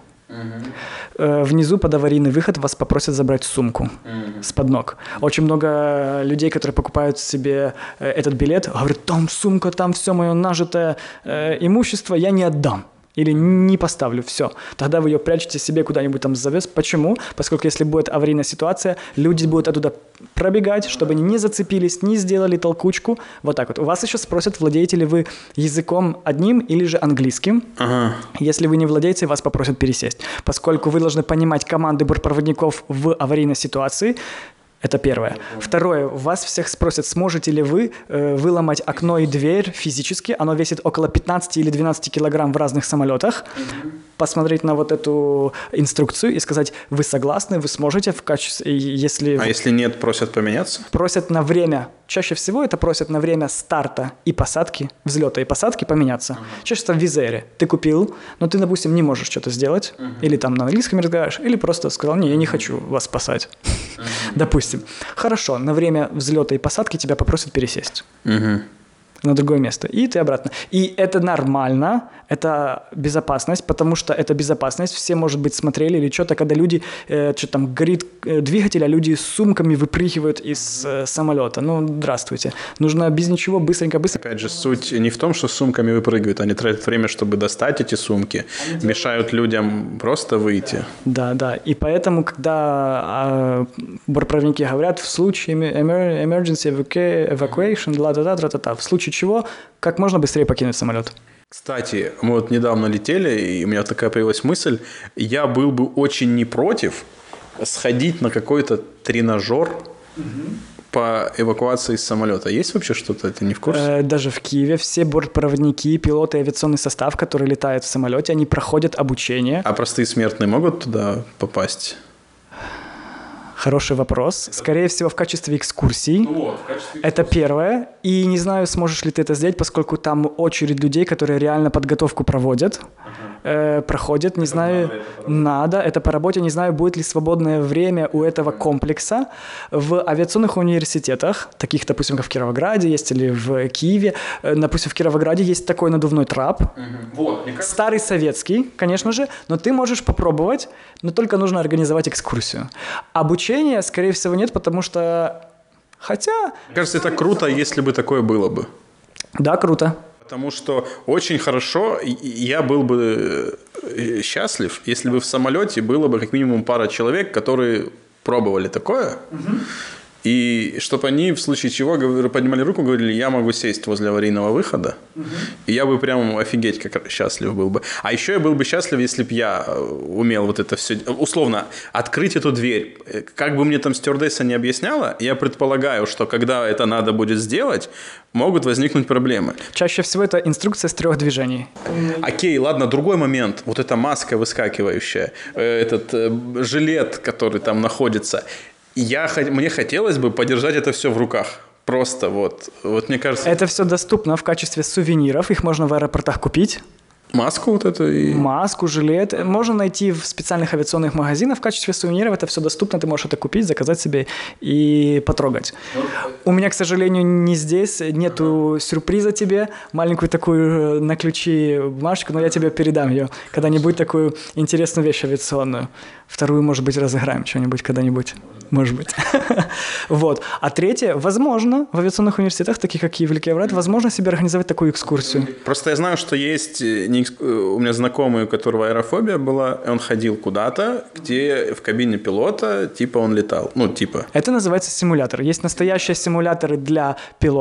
Внизу под аварийный выход вас попросят забрать сумку с-под ног. Очень много людей, которые покупают себе этот билет, говорят, там сумка, там все мое нажитое имущество, я не отдам. Или не поставлю, все. Тогда вы ее прячете себе куда-нибудь там завез. Почему? Поскольку если будет аварийная ситуация, люди будут оттуда пробегать, чтобы они не зацепились, не сделали толкучку. Вот так вот. У вас еще спросят, владеете ли вы языком одним или же английским. Ага. Если вы не владеете, вас попросят пересесть. Поскольку вы должны понимать команды бортпроводников в аварийной ситуации. Это первое. Второе. Вас всех спросят, сможете ли вы выломать окно и дверь физически. Оно весит около 15 или 12 килограмм в разных самолетах. Посмотреть на вот эту инструкцию и сказать, вы согласны, вы сможете в качестве... Если... А если нет, просят поменяться? Просят на время. Чаще всего это просят на время старта и посадки, взлета и посадки поменяться. Чаще всего в Визэре. Ты купил, но ты, допустим, не можешь что-то сделать. Или там на английском разговариваешь, или просто сказал, не, я не хочу вас спасать. Допустим. Хорошо, на время взлета и посадки тебя попросят пересесть. На другое место. И ты обратно. И это нормально, это безопасность, потому что это безопасность. Все, может быть, смотрели или что-то, когда люди, что там, горит двигатель, а люди с сумками выпрыгивают из самолета. Ну, здравствуйте. Нужно без ничего быстренько. Опять же, суть не в том, что с сумками выпрыгивают. Они тратят время, чтобы достать эти сумки. Мешают людям просто выйти. Да. И поэтому, когда бортпроводники говорят, в случае emergency evacuation, ла-да-да-да-да-да, в случае чего, как можно быстрее покинуть самолет. Кстати, мы вот недавно летели, и у меня такая появилась мысль, я был бы очень не против сходить на какой-то тренажер по эвакуации из самолета. Есть вообще что-то? Ты не в курсе? Даже в Киеве все бортпроводники, пилоты и авиационный состав, который летает в самолете, они проходят обучение. А простые смертные могут туда попасть? Хороший вопрос. Скорее всего, в качестве экскурсий. Это первое. И не знаю, сможешь ли ты это сделать, поскольку там очередь людей, которые реально подготовку проводят. Проходят. Не знаю, надо. Это по работе. Не знаю, будет ли свободное время у этого комплекса. В авиационных университетах, таких, допустим, как в Кировограде есть или в Киеве. Допустим, в Кировограде есть такой надувной трап. Старый советский, конечно же. Но ты можешь попробовать, но только нужно организовать экскурсию. Обучения, скорее всего, нет, потому что... Хотя... Мне кажется, это круто, если бы такое было бы. Да, круто. Потому что очень хорошо, я был бы счастлив, если бы в самолете было бы как минимум пара человек, которые пробовали такое. И чтобы они в случае чего поднимали руку, говорили, я могу сесть возле аварийного выхода. И я бы прям офигеть как счастлив был бы. А еще я был бы счастлив, если бы я умел вот это все, условно, открыть эту дверь. Как бы мне там стюардесса не объясняла, я предполагаю, что когда это надо будет сделать, могут возникнуть проблемы. Чаще всего это инструкция с 3 движений. Окей, ладно, другой момент. Вот эта маска выскакивающая, этот жилет, который там находится. Мне хотелось бы подержать это все в руках. Просто вот мне кажется... Это все доступно в качестве сувениров. Их можно в аэропортах купить. Маску вот эту и... Маску, жилет. Можно найти в специальных авиационных магазинах в качестве сувениров. Это все доступно. Ты можешь это купить, заказать себе и потрогать. У меня, к сожалению, не здесь. Нету сюрприза тебе. Маленькую такую на ключи бумажку, но я тебе передам ее. Когда-нибудь такую интересную вещь авиационную. Вторую, может быть, разыграем что-нибудь когда-нибудь. Может быть. Вот. А третье, возможно, в авиационных университетах, таких как Киев или Кировоград, возможно себе организовать такую экскурсию. Просто я знаю, что есть... У меня знакомый, у которого аэрофобия была, он ходил куда-то, где в кабине пилота, типа он летал. Ну, типа. Это называется симулятор. Есть настоящие симуляторы для пилотов,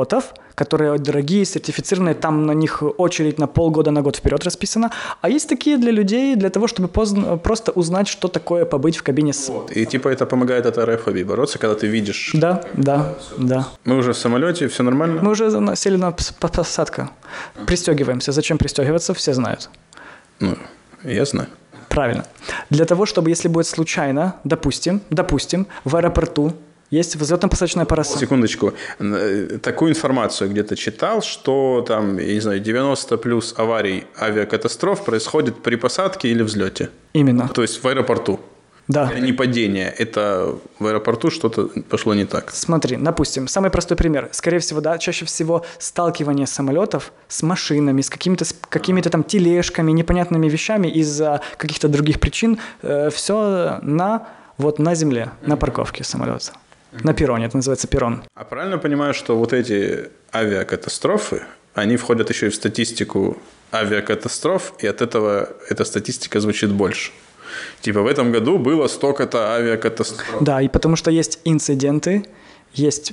которые дорогие, сертифицированные, там на них очередь на полгода, на год вперед расписана. А есть такие для людей, для того, чтобы просто узнать, что такое побыть в кабине. И типа это помогает от аэрофобии бороться, когда ты видишь. Да. Мы уже в самолете, все нормально? Мы уже сели на посадку. Пристегиваемся. Зачем пристегиваться, все знают. Ну, я знаю. Правильно. Для того, чтобы, если будет случайно, допустим, в аэропорту есть взлетно-посадочная полоса. Секундочку. Такую информацию где-то читал, что там, я не знаю, 90 плюс аварий, авиакатастроф происходит при посадке или взлете. Именно. То есть в аэропорту. Да. Это не падение, это в аэропорту что-то пошло не так. Смотри, допустим, самый простой пример. Скорее всего, да, чаще всего сталкивание самолетов с машинами, с какими-то там тележками, непонятными вещами из-за каких-то других причин. Все на земле, на парковке самолета. На перроне, это называется перрон. А правильно понимаю, что вот эти авиакатастрофы, они входят еще и в статистику авиакатастроф, и от этого эта статистика звучит больше? Типа в этом году было столько-то авиакатастроф. Да, и потому что есть инциденты, есть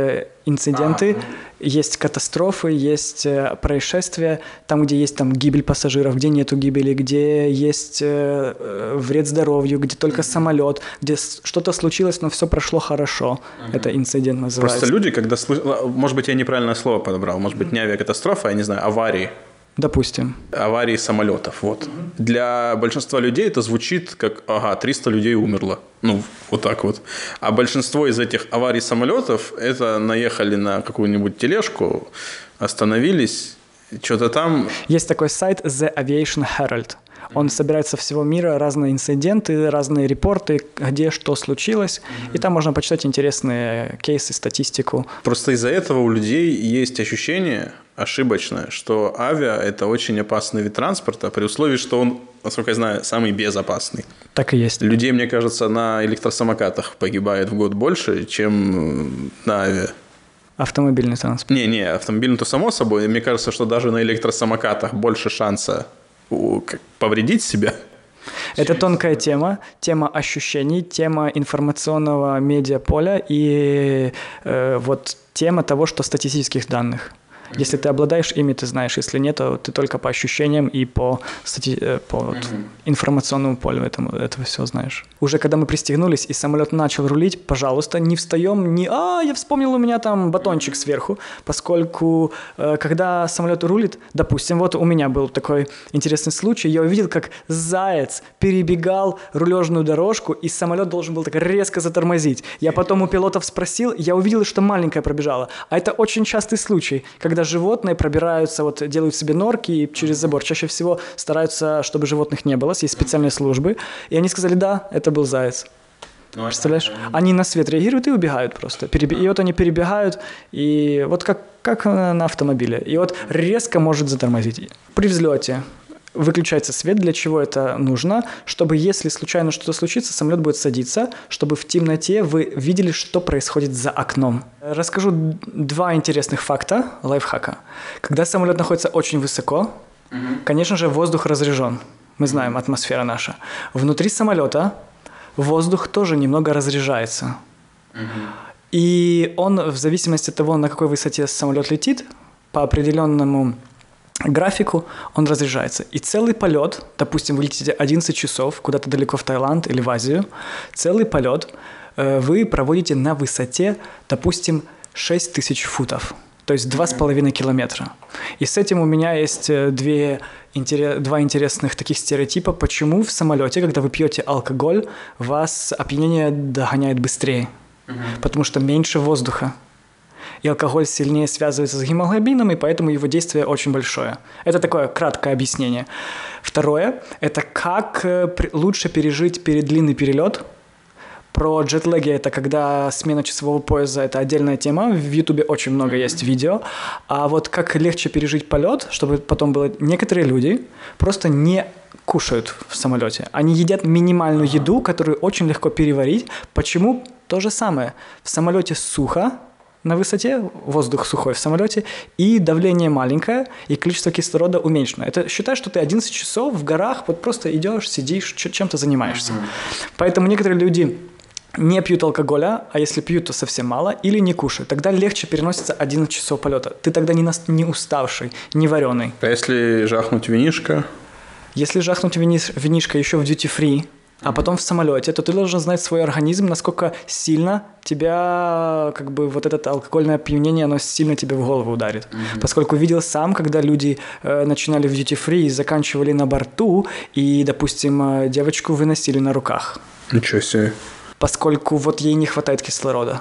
катастрофы, есть происшествия, там, где есть гибель пассажиров, где нету гибели, где есть вред здоровью, где только самолет, где что-то случилось, но все прошло хорошо. Это инцидент называется. Просто люди, когда может быть, я неправильное слово подобрал, может быть, не авиакатастрофа, я не знаю, аварии. Допустим. Аварии самолетов, вот. Для большинства людей это звучит как, 300 людей умерло. Ну, вот так вот. А большинство из этих аварий самолетов, это наехали на какую-нибудь тележку, остановились, что-то там. Есть такой сайт The Aviation Herald. Он собирает со всего мира разные инциденты, разные репорты, где что случилось. И там можно почитать интересные кейсы, статистику. Просто из-за этого у людей есть ощущение ошибочное, что авиа – это очень опасный вид транспорта, при условии, что он, насколько я знаю, самый безопасный. Так и есть. Людей, мне кажется, на электросамокатах погибает в год больше, чем на авиа. Автомобильный транспорт. Не, автомобильный-то само собой. Мне кажется, что даже на электросамокатах больше шанса повредить себя. Это тонкая тема ощущений, тема информационного медиаполя и тема того, что статистических данных. Если ты обладаешь ими, ты знаешь. Если нет, то ты только по ощущениям и по информационному полю этого все знаешь. Уже когда мы пристегнулись и самолет начал рулить, пожалуйста, не встаем, я вспомнил, у меня там батончик сверху, поскольку когда самолет рулит, допустим, вот у меня был такой интересный случай, я увидел, как заяц перебегал рулежную дорожку, и самолет должен был так резко затормозить. Я потом у пилотов спросил, я увидел, что маленькая пробежала. А это очень частый случай, когда животные пробираются, делают себе норки через забор. Чаще всего стараются, чтобы животных не было, есть специальные службы. И они сказали, да, это был заяц. Представляешь? Они на свет реагируют и убегают просто. И вот они перебегают, и вот как на автомобиле. И вот резко может затормозить. При взлете выключается свет. Для чего это нужно? Чтобы, если случайно что-то случится, самолет будет садиться, чтобы в темноте вы видели, что происходит за окном. Расскажу два интересных факта, лайфхака. Когда самолет находится очень высоко, конечно же, воздух разряжен. Мы знаем, атмосфера наша. Внутри самолета воздух тоже немного разряжается. И он, в зависимости от того, на какой высоте самолет летит, по определенному графику он разряжается. И целый полет, допустим, вы летите 11 часов куда-то далеко в Таиланд или в Азию, целый полет вы проводите на высоте, допустим, 6000 футов, то есть 2,5 километра. И с этим у меня есть два интересных таких стереотипа, почему в самолете, когда вы пьете алкоголь, вас опьянение догоняет быстрее, потому что меньше воздуха. И алкоголь сильнее связывается с гемоглобином, и поэтому его действие очень большое. Это такое краткое объяснение. Второе – это как лучше пережить длинный перелет. Про джетлеги – это когда смена часового пояса – это отдельная тема. В Ютубе очень много есть видео. А вот как легче пережить полет, чтобы потом было… Некоторые люди просто не кушают в самолете. Они едят минимальную еду, которую очень легко переварить. Почему? То же самое. В самолете сухо, на высоте, воздух сухой в самолете, и давление маленькое, и количество кислорода уменьшено. Это считай, что ты 11 часов в горах вот просто идешь, сидишь, чем-то занимаешься. Поэтому некоторые люди не пьют алкоголя, а если пьют, то совсем мало, или не кушают. Тогда легче переносится 11 часов полета. Ты тогда не уставший, не вареный. А если жахнуть винишко? Если жахнуть винишко еще в duty-free, а потом в самолете, то ты должен знать свой организм, насколько сильно тебя, как бы, вот это алкогольное опьянение, оно сильно тебе в голову ударит. Поскольку видел сам, когда люди начинали в duty-free и заканчивали на борту, и, допустим, девочку выносили на руках. Ничего себе. Поскольку вот ей не хватает кислорода.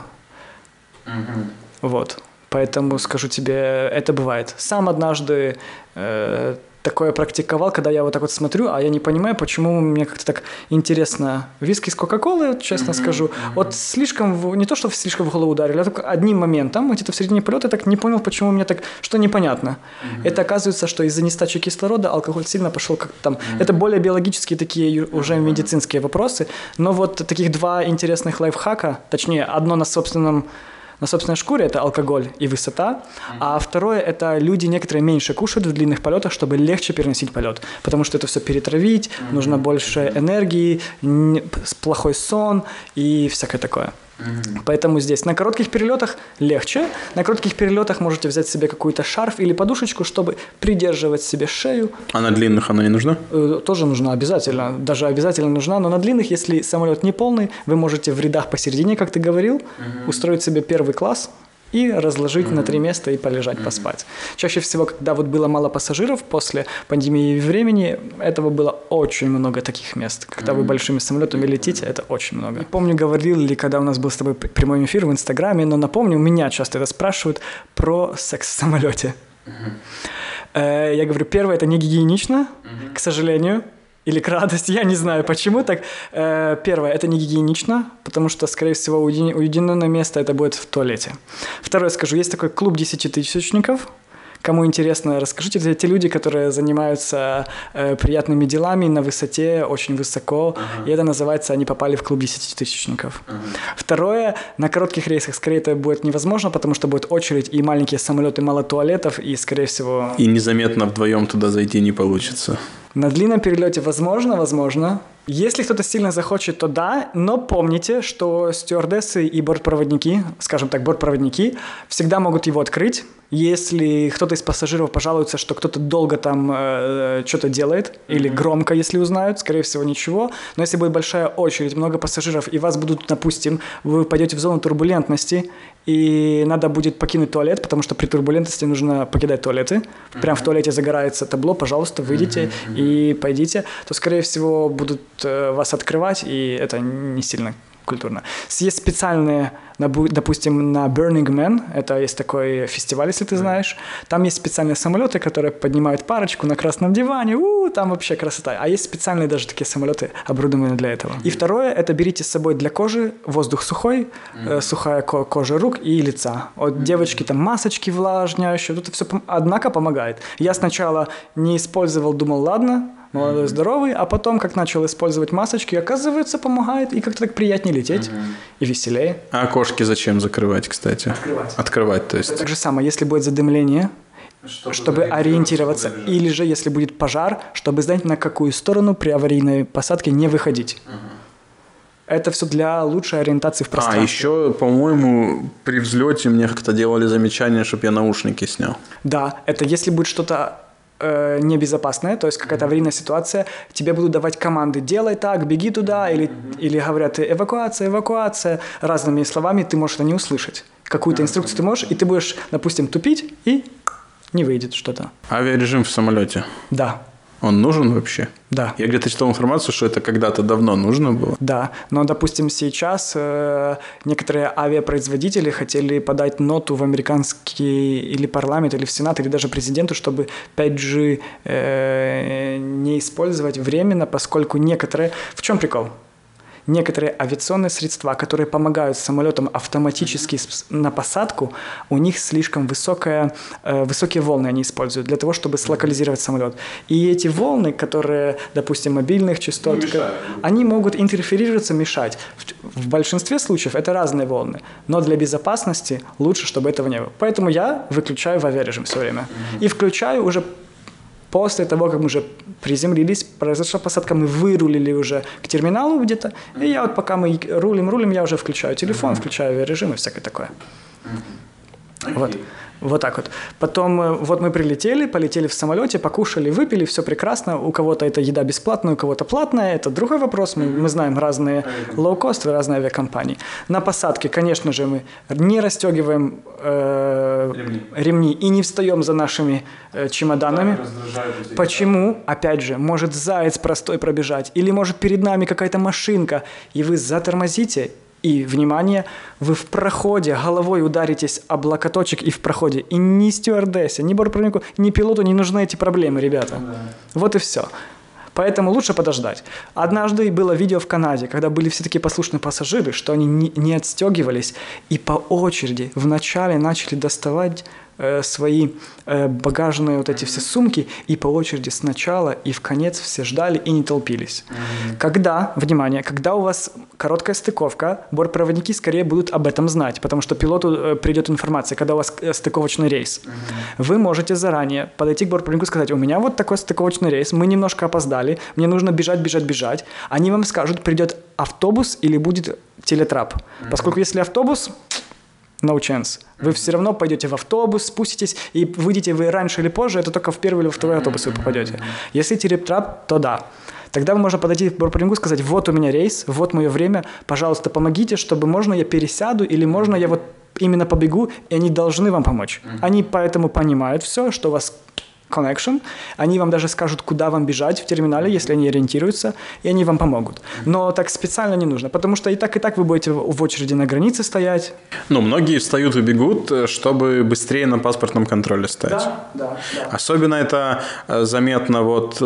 Вот. Поэтому скажу тебе, это бывает. Сам однажды такое практиковал, когда я вот так вот смотрю, а я не понимаю, почему мне как-то так интересно. Виски с Кока-Колой, вот, честно скажу, вот слишком, не то, что слишком в голову ударили, а только одним моментом, где-то в середине полета, я так не понял, почему мне так, что непонятно. Это оказывается, что из-за нестачи кислорода алкоголь сильно пошел как-то там. Это более биологические такие уже медицинские вопросы, но вот таких два интересных лайфхака, точнее, одно на собственной шкуре это алкоголь и высота, а второе это люди некоторые меньше кушают в длинных полетах, чтобы легче переносить полет, потому что это все перетравить, нужно больше энергии, плохой сон и всякое такое. Поэтому здесь на коротких перелетах легче. На коротких перелетах можете взять себе какой-то шарф или подушечку, чтобы придерживать себе шею. А на длинных она не нужна? Тоже нужна обязательно. Даже обязательно нужна. Но на длинных, если самолет не полный, вы можете в рядах посередине, как ты говорил, устроить себе первый класс и разложить на 3 места и полежать, поспать. Чаще всего, когда вот было мало пассажиров после пандемии времени, этого было очень много таких мест. Когда вы большими самолетами летите, это очень много. Не помню, говорил ли, когда у нас был с тобой прямой эфир в Инстаграме, но напомню, меня часто это спрашивают про секс в самолете. Я говорю, первое, это не гигиенично, к сожалению. Или к радости, я не знаю почему так. Первое, это не гигиенично, потому что, скорее всего, уединенное место это будет в туалете. Второе, скажу, есть такой клуб 10-тысячников. Кому интересно, расскажите. Это те люди, которые занимаются приятными делами на высоте, очень высоко. И это называется, они попали в клуб 10-тысячников. Второе, на коротких рейсах, скорее, это будет невозможно, потому что будет очередь и маленькие самолеты, мало туалетов, и, скорее всего... И незаметно вдвоем туда зайти не получится. На длинном перелете возможно. Если кто-то сильно захочет, то да, но помните, что стюардессы и бортпроводники, скажем так, бортпроводники, всегда могут его открыть. Если кто-то из пассажиров пожалуется, что кто-то долго там что-то делает, или громко, если узнают, скорее всего, ничего. Но если будет большая очередь, много пассажиров, и вас будут, допустим, вы пойдете в зону турбулентности, и надо будет покинуть туалет, потому что при турбулентности нужно покидать туалеты. Прям в туалете загорается табло, пожалуйста, выйдите и пойдите, то, скорее всего, будут вас открывать, и это не сильно культурно. Есть специальные, допустим, на Burning Man, это есть такой фестиваль, если ты знаешь, там есть специальные самолеты, которые поднимают парочку на красном диване, там вообще красота. А есть специальные даже такие самолеты, оборудованные для этого. И второе, это берите с собой для кожи воздух сухой, сухая кожа рук и лица. От девочки там масочки влажняющие, это все, однако, помогает. Я сначала не использовал, думал, ладно, молодой, здоровый, а потом, как начал использовать масочки, оказывается, помогает, и как-то так приятнее лететь, и веселее. А окошки зачем закрывать, кстати? Открывать, то есть. Так же самое, если будет задымление, чтобы ориентироваться, или же, если будет пожар, чтобы знать, на какую сторону при аварийной посадке не выходить. Это все для лучшей ориентации в пространстве. А еще, по-моему, при взлете мне как-то делали замечание, чтобы я наушники снял. Да, это если будет что-то небезопасная, то есть какая-то аварийная ситуация, тебе будут давать команды «делай так, беги туда», или говорят «эвакуация», разными словами ты можешь это не услышать. Какую-то инструкцию ты можешь, и ты будешь, допустим, тупить, и не выйдет что-то. Авиарежим в самолете? Да. Он нужен вообще? Да. Я где-то читал информацию, что это когда-то давно нужно было. Да, но, допустим, сейчас некоторые авиапроизводители хотели подать ноту в американский или парламент, или в Сенат, или даже президенту, чтобы 5G не использовать временно, поскольку некоторые... В чем прикол? Некоторые авиационные средства, которые помогают самолетам автоматически на посадку, у них слишком высокие волны они используют для того, чтобы слокализировать самолет. И эти волны, которые, допустим, мобильных частот, они могут интерферироваться, мешать. В большинстве случаев это разные волны, но для безопасности лучше, чтобы этого не было. Поэтому я выключаю в авиарежим все время. И включаю уже После того, как мы уже приземлились, произошла посадка, мы вырулили уже к терминалу где-то, и я вот пока мы рулим, я уже включаю телефон, включаю авиарежим и всякое такое. Вот так вот. Потом вот мы полетели в самолете, покушали, выпили, все прекрасно. У кого-то это еда бесплатная, у кого-то платная. Это другой вопрос. Мы знаем разные лоу-кост, разные авиакомпании. На посадке, конечно же, мы не расстегиваем ремни и не встаем за нашими чемоданами. Почему? Опять же, может заяц простой пробежать, или может перед нами какая-то машинка, и вы затормозите. И, внимание, вы в проходе головой ударитесь об локоточек и в проходе. И ни стюардессе, ни бортпроводнику, ни пилоту не нужны эти проблемы, ребята. Вот и все. Поэтому лучше подождать. Однажды было видео в Канаде, когда были все такие послушные пассажиры, что они не отстегивались и по очереди вначале начали доставать свои багажные вот эти все сумки и по очереди сначала и в конец все ждали и не толпились. Когда у вас короткая стыковка, бортпроводники скорее будут об этом знать, потому что пилоту придет информация, когда у вас стыковочный рейс. Вы можете заранее подойти к бортпроводнику и сказать: у меня вот такой стыковочный рейс, мы немножко опоздали, мне нужно бежать. Они вам скажут, придет автобус или будет телетрап. Поскольку если автобус, no chance. Вы все равно пойдете в автобус, спуститесь, и выйдете вы раньше или позже, это только в первый или во второй автобус вы попадете. Если телетрап, то да. Тогда можно подойти к бортпроводнику и сказать: вот у меня рейс, вот мое время, пожалуйста, помогите, чтобы можно я пересяду, или можно я вот именно побегу, и они должны вам помочь. Они поэтому понимают все, что у вас connection, они вам даже скажут, куда вам бежать в терминале, если они ориентируются, и они вам помогут. Но так специально не нужно, потому что и так вы будете в очереди на границе стоять. Ну, многие встают и бегут, чтобы быстрее на паспортном контроле стоять. Да. Особенно это заметно вот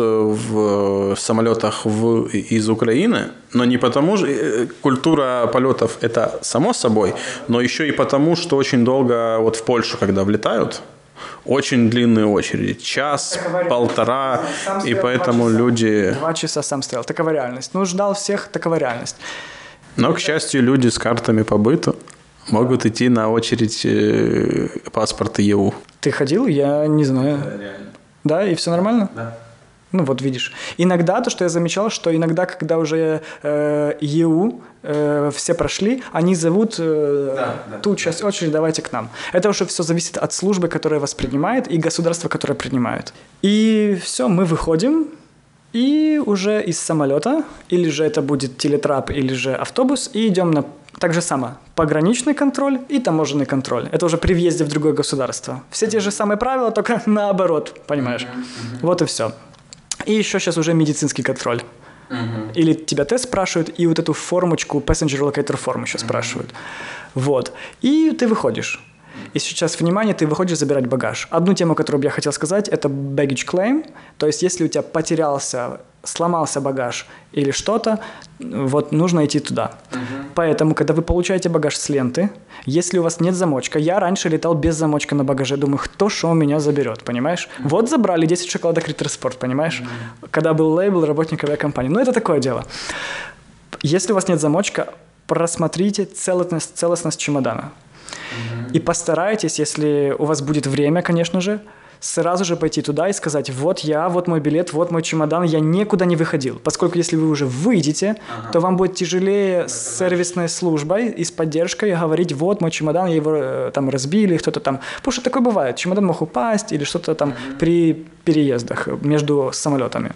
в самолетах из Украины, но не потому же, культура полетов это само собой, но еще и потому, что очень долго вот в Польшу, когда влетают, очень длинные очереди. Час, полтора, и поэтому люди... 2 часа сам стоял. Такова реальность. Ну, ждал всех, такова реальность. Но, к счастью, люди с картами по быту могут идти на очередь паспорта ЕУ. Ты ходил? Я не знаю. Да, и все нормально? Да. Ну, вот видишь. Иногда, то, что я замечал, что иногда, когда уже ЕУ все прошли, они зовут ту часть очереди, давайте к нам. Это уже все зависит от службы, которая вас принимает, и государства, которое принимает. И все, мы выходим, и уже из самолета, или же это будет телетрап, или же автобус, и идем на так же само пограничный контроль и таможенный контроль. Это уже при въезде в другое государство. Все те же самые правила, только наоборот, понимаешь? Вот и все. И еще сейчас уже медицинский контроль. Или тебя тест спрашивают, и вот эту формочку, passenger locator форму еще спрашивают. Вот. И ты выходишь. И сейчас, внимание, ты выходишь забирать багаж. Одну тему, которую я хотел сказать, это baggage claim. То есть, если у тебя сломался багаж или что-то, вот нужно идти туда. Поэтому, когда вы получаете багаж с ленты, если у вас нет замочка, я раньше летал без замочка на багаже, думаю, кто что у меня заберет, понимаешь? Вот забрали 10 шоколадок Ritter Sport, понимаешь? Когда был лейбл работник авиакомпании. Ну, это такое дело. Если у вас нет замочка, просмотрите целостность чемодана. И постарайтесь, если у вас будет время, конечно же, сразу же пойти туда и сказать: вот я, вот мой билет, вот мой чемодан, я никуда не выходил. Поскольку если вы уже выйдете, то вам будет тяжелее с сервисной службой и с поддержкой говорить: вот мой чемодан, я его там разбили, кто-то там. Потому что такое бывает, чемодан мог упасть или что-то там при переездах между самолетами.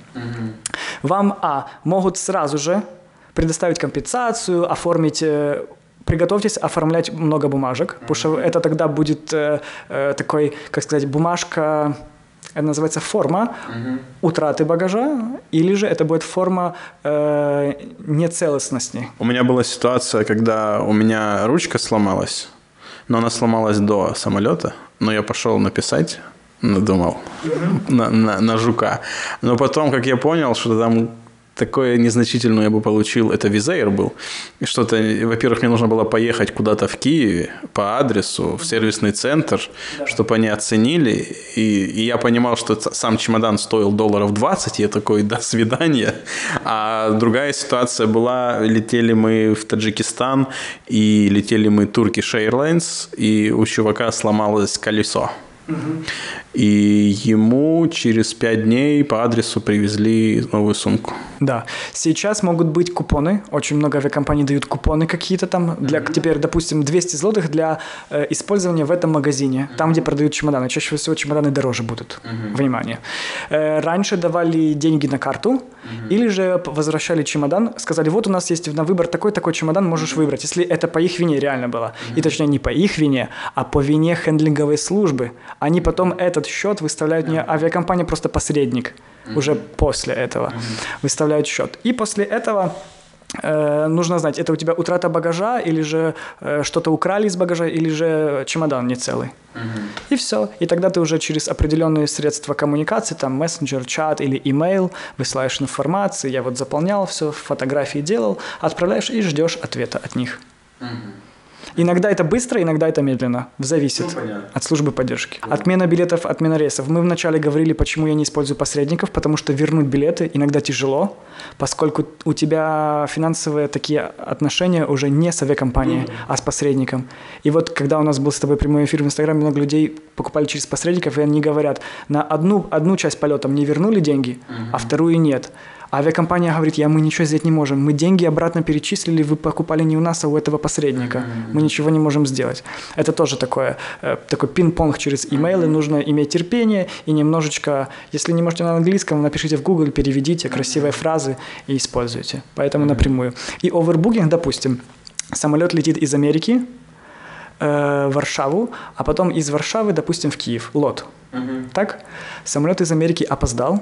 Вам, могут сразу же предоставить компенсацию, оформить... Приготовьтесь оформлять много бумажек, потому что это тогда будет такой, как сказать, бумажка, это называется форма утраты багажа, или же это будет форма нецелостности. У меня была ситуация, когда у меня ручка сломалась, но она сломалась до самолета, но я пошел написать, надумал, на жука. Но потом, как я понял, что там... Такое незначительное я бы получил, это Визаир был. И что-то, во-первых, мне нужно было поехать куда-то в Киеве по адресу, в сервисный центр, чтобы они оценили. И я понимал, что сам чемодан стоил $20, и я такой: до свидания. А другая ситуация была, летели мы в Таджикистан, и летели мы Turkish Airlines, и у чувака сломалось колесо. и ему через 5 дней по адресу привезли новую сумку. Да. Сейчас могут быть купоны. Очень много авиакомпаний дают купоны какие-то там. Теперь, допустим, 200 злотых для использования в этом магазине. Там, где продают чемоданы. Чаще всего чемоданы дороже будут. Внимание. Раньше давали деньги на карту. Или же возвращали чемодан. Сказали, вот у нас есть на выбор такой чемодан, можешь выбрать. Если это по их вине реально было. И точнее не по их вине, а по вине хендлинговой службы. Они потом этот счет выставляют не авиакомпания, просто посредник. Уже после этого выставляют счет. И после этого нужно знать, это у тебя утрата багажа, или же что-то украли из багажа, или же чемодан не целый. И все. И тогда ты уже через определенные средства коммуникации, там мессенджер, чат или имейл, высылаешь информацию, я вот заполнял все, фотографии делал, отправляешь и ждешь ответа от них. Иногда это быстро, иногда это медленно. Зависит от службы поддержки. Отмена билетов, отмена рейсов. Мы вначале говорили, почему я не использую посредников, потому что вернуть билеты иногда тяжело, поскольку у тебя финансовые такие отношения уже не с авиакомпанией, а с посредником. И вот когда у нас был с тобой прямой эфир в Инстаграме, много людей покупали через посредников, и они говорят, на одну часть полета мне вернули деньги, а вторую нет. Авиакомпания говорит, мы ничего сделать не можем. Мы деньги обратно перечислили, вы покупали не у нас, а у этого посредника. Мы ничего не можем сделать. Это тоже такой пинг-понг через имейлы. Нужно иметь терпение и немножечко, если не можете на английском, напишите в Google, переведите красивые фразы и используйте. Поэтому напрямую. И овербукинг, допустим, самолет летит из Америки в Варшаву, а потом из Варшавы, допустим, в Киев. Лот. Так? Самолет из Америки опоздал.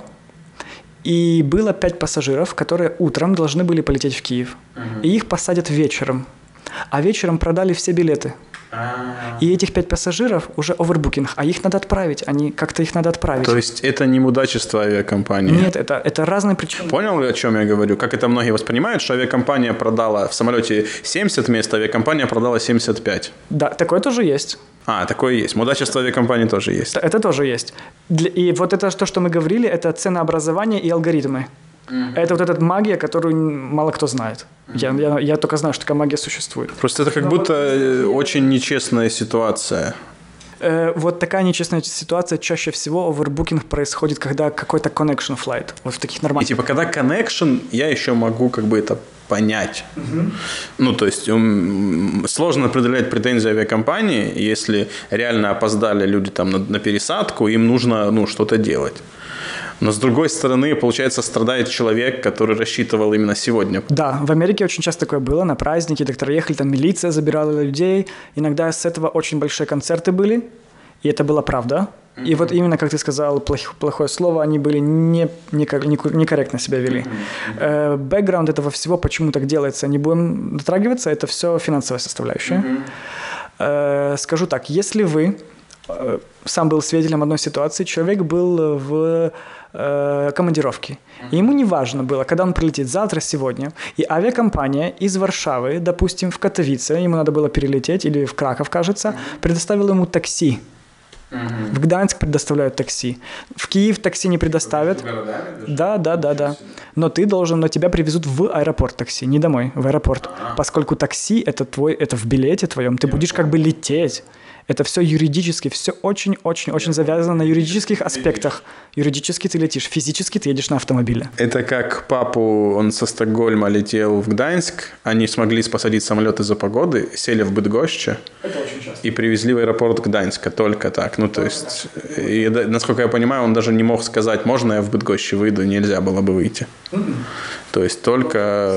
И было 5 пассажиров, которые утром должны были полететь в Киев. И их посадят вечером. А вечером продали все билеты. И этих 5 пассажиров уже овербукинг, а их надо отправить, как-то их надо отправить. То есть это не мудачество авиакомпании? Нет, это разные причины. Понял, о чем я говорю? Как это многие воспринимают, что авиакомпания продала в самолете 70 мест, авиакомпания продала 75. Да, такое тоже есть. Такое есть. Мудачество авиакомпании тоже есть. Это тоже есть. И вот это то, что мы говорили, это ценообразование и алгоритмы. Это вот эта магия, которую мало кто знает. Я только знаю, что такая магия существует. Просто это как будто очень нечестная ситуация. Вот такая нечестная ситуация, чаще всего овербукинг происходит, когда какой-то connection flight. Вот в таких нормальных. И когда connection, я еще могу это понять. То есть сложно определять претензии авиакомпании, если реально опоздали люди там на пересадку, им нужно что-то делать. Но с другой стороны, получается, страдает человек, который рассчитывал именно сегодня. Да, в Америке очень часто такое было. На праздники доктора ехали, там милиция забирала людей. Иногда с этого очень большие концерты были. И это была правда. И вот именно, как ты сказал, плохое слово, они были некорректно себя вели. Бэкграунд этого всего, почему так делается, не будем дотрагиваться, это все финансовая составляющая. Скажу так, если вы сам был свидетелем одной ситуации, человек был в командировке. И ему не важно было, когда он прилетит завтра, сегодня. И авиакомпания из Варшавы, допустим, в Катовице, ему надо было перелететь, или в Краков, кажется, предоставила ему такси. В Гданьск предоставляют такси. В Киев такси не предоставят. Да. Но тебя привезут в аэропорт такси, не домой, в аэропорт. Поскольку такси это в билете твоем, ты будешь как бы лететь. Это все юридически, все очень-очень-очень завязано на юридических аспектах. Юридически ты летишь, физически ты едешь на автомобиле. Это как папу, он со Стокгольма летел в Гданьск, они смогли посадить самолет из-за погоды, сели в Быдгощче и привезли в аэропорт Гданьска только так. То есть, насколько я понимаю, он даже не мог сказать, можно я в Быдгощче выйду, нельзя было бы выйти. То есть только...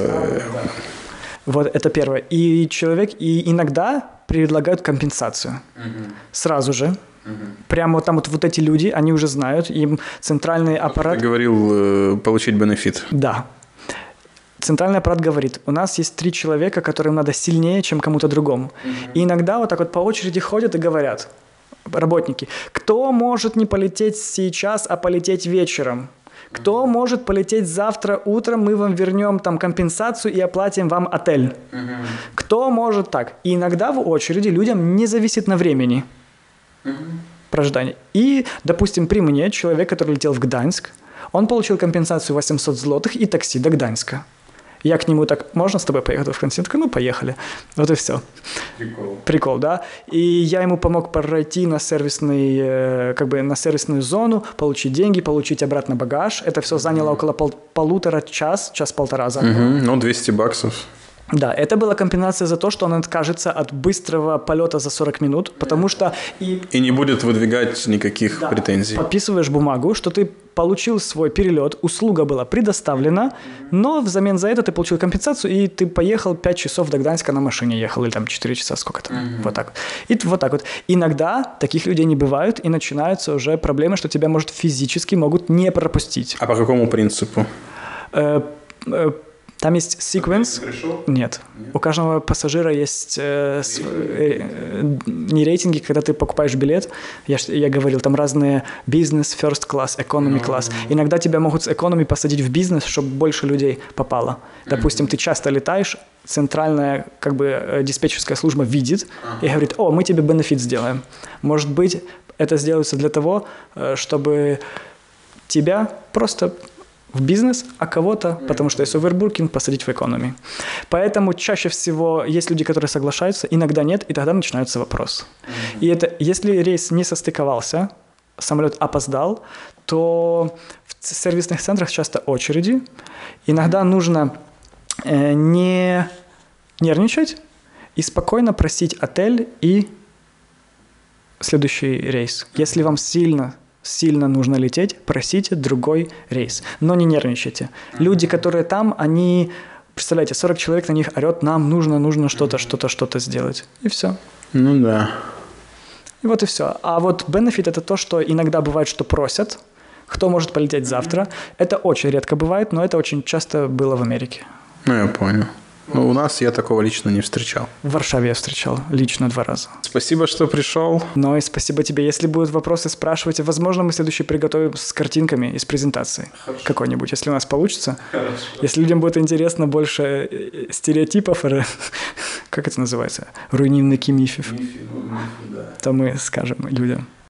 Вот это первое. И иногда предлагают компенсацию. Сразу же. Прямо там вот эти люди, они уже знают, им центральный аппарат... Ты говорил получить бенефит. Да. Центральный аппарат говорит, у нас есть 3 человека, которым надо сильнее, чем кому-то другому. И иногда вот так вот по очереди ходят и говорят, работники, кто может не полететь сейчас, а полететь вечером? Кто может полететь завтра утром, мы вам вернем там компенсацию и оплатим вам отель. Кто может так? И иногда в очереди людям не зависит на времени прожидания. И, допустим, при мне человек, который летел в Гданьск, он получил компенсацию 800 злотых и такси до Гданьска. Я к нему так, можно с тобой поехать в конце? Я такой, ну, поехали. Вот и все. Прикол, да. И я ему помог пройти на на сервисную зону, получить деньги, получить обратно багаж. Это все заняло около полутора час-полтора. Ну, $200. Да, это была компенсация за то, что он откажется от быстрого полета за 40 минут, потому что... И не будет выдвигать никаких претензий. Подписываешь бумагу, что ты получил свой перелет, услуга была предоставлена, но взамен за это ты получил компенсацию, и ты поехал 5 часов до Гданьска на машине ехал, или там 4 часа, сколько там, вот так. И вот так вот. Иногда таких людей не бывает, и начинаются уже проблемы, что тебя, может, физически могут не пропустить. А по какому принципу? Там есть sequence. Нет. У каждого пассажира есть не рейтинги, когда ты покупаешь билет. Я говорил, там разные бизнес, first class, economy class. Иногда тебя могут с economy посадить в бизнес, чтобы больше людей попало. Допустим, ты часто летаешь, центральная диспетчерская служба видит и говорит, мы тебе бенефит сделаем. Может быть, это сделается для того, чтобы тебя просто в бизнес, а кого-то, потому что есть овербукинг, посадить в экономи. Поэтому чаще всего есть люди, которые соглашаются, иногда нет, и тогда начинаются вопросы. И это, если рейс не состыковался, самолет опоздал, то в сервисных центрах часто очереди. Иногда нужно не нервничать и спокойно просить отель и следующий рейс. Если вам сильно нужно лететь, просите другой рейс. Но не нервничайте. Люди, которые там, они, представляете, 40 человек на них орет, нам нужно что-то сделать. И все. Ну да. И вот и все. А вот бенефит – это то, что иногда бывает, что просят, кто может полететь завтра. Это очень редко бывает, но это очень часто было в Америке. Ну, я понял. Ну, у нас я такого лично не встречал. В Варшаве я встречал лично 2 раза. Спасибо, что пришел. Ну и спасибо тебе. Если будут вопросы, спрашивайте. Возможно, мы следующий приготовим с картинками из презентации. Хорошо. Какой-нибудь, если у нас получится. Хорошо. Если людям будет интересно больше стереотипов, как это называется? Руйнівники мифов. Да. То мы скажем людям.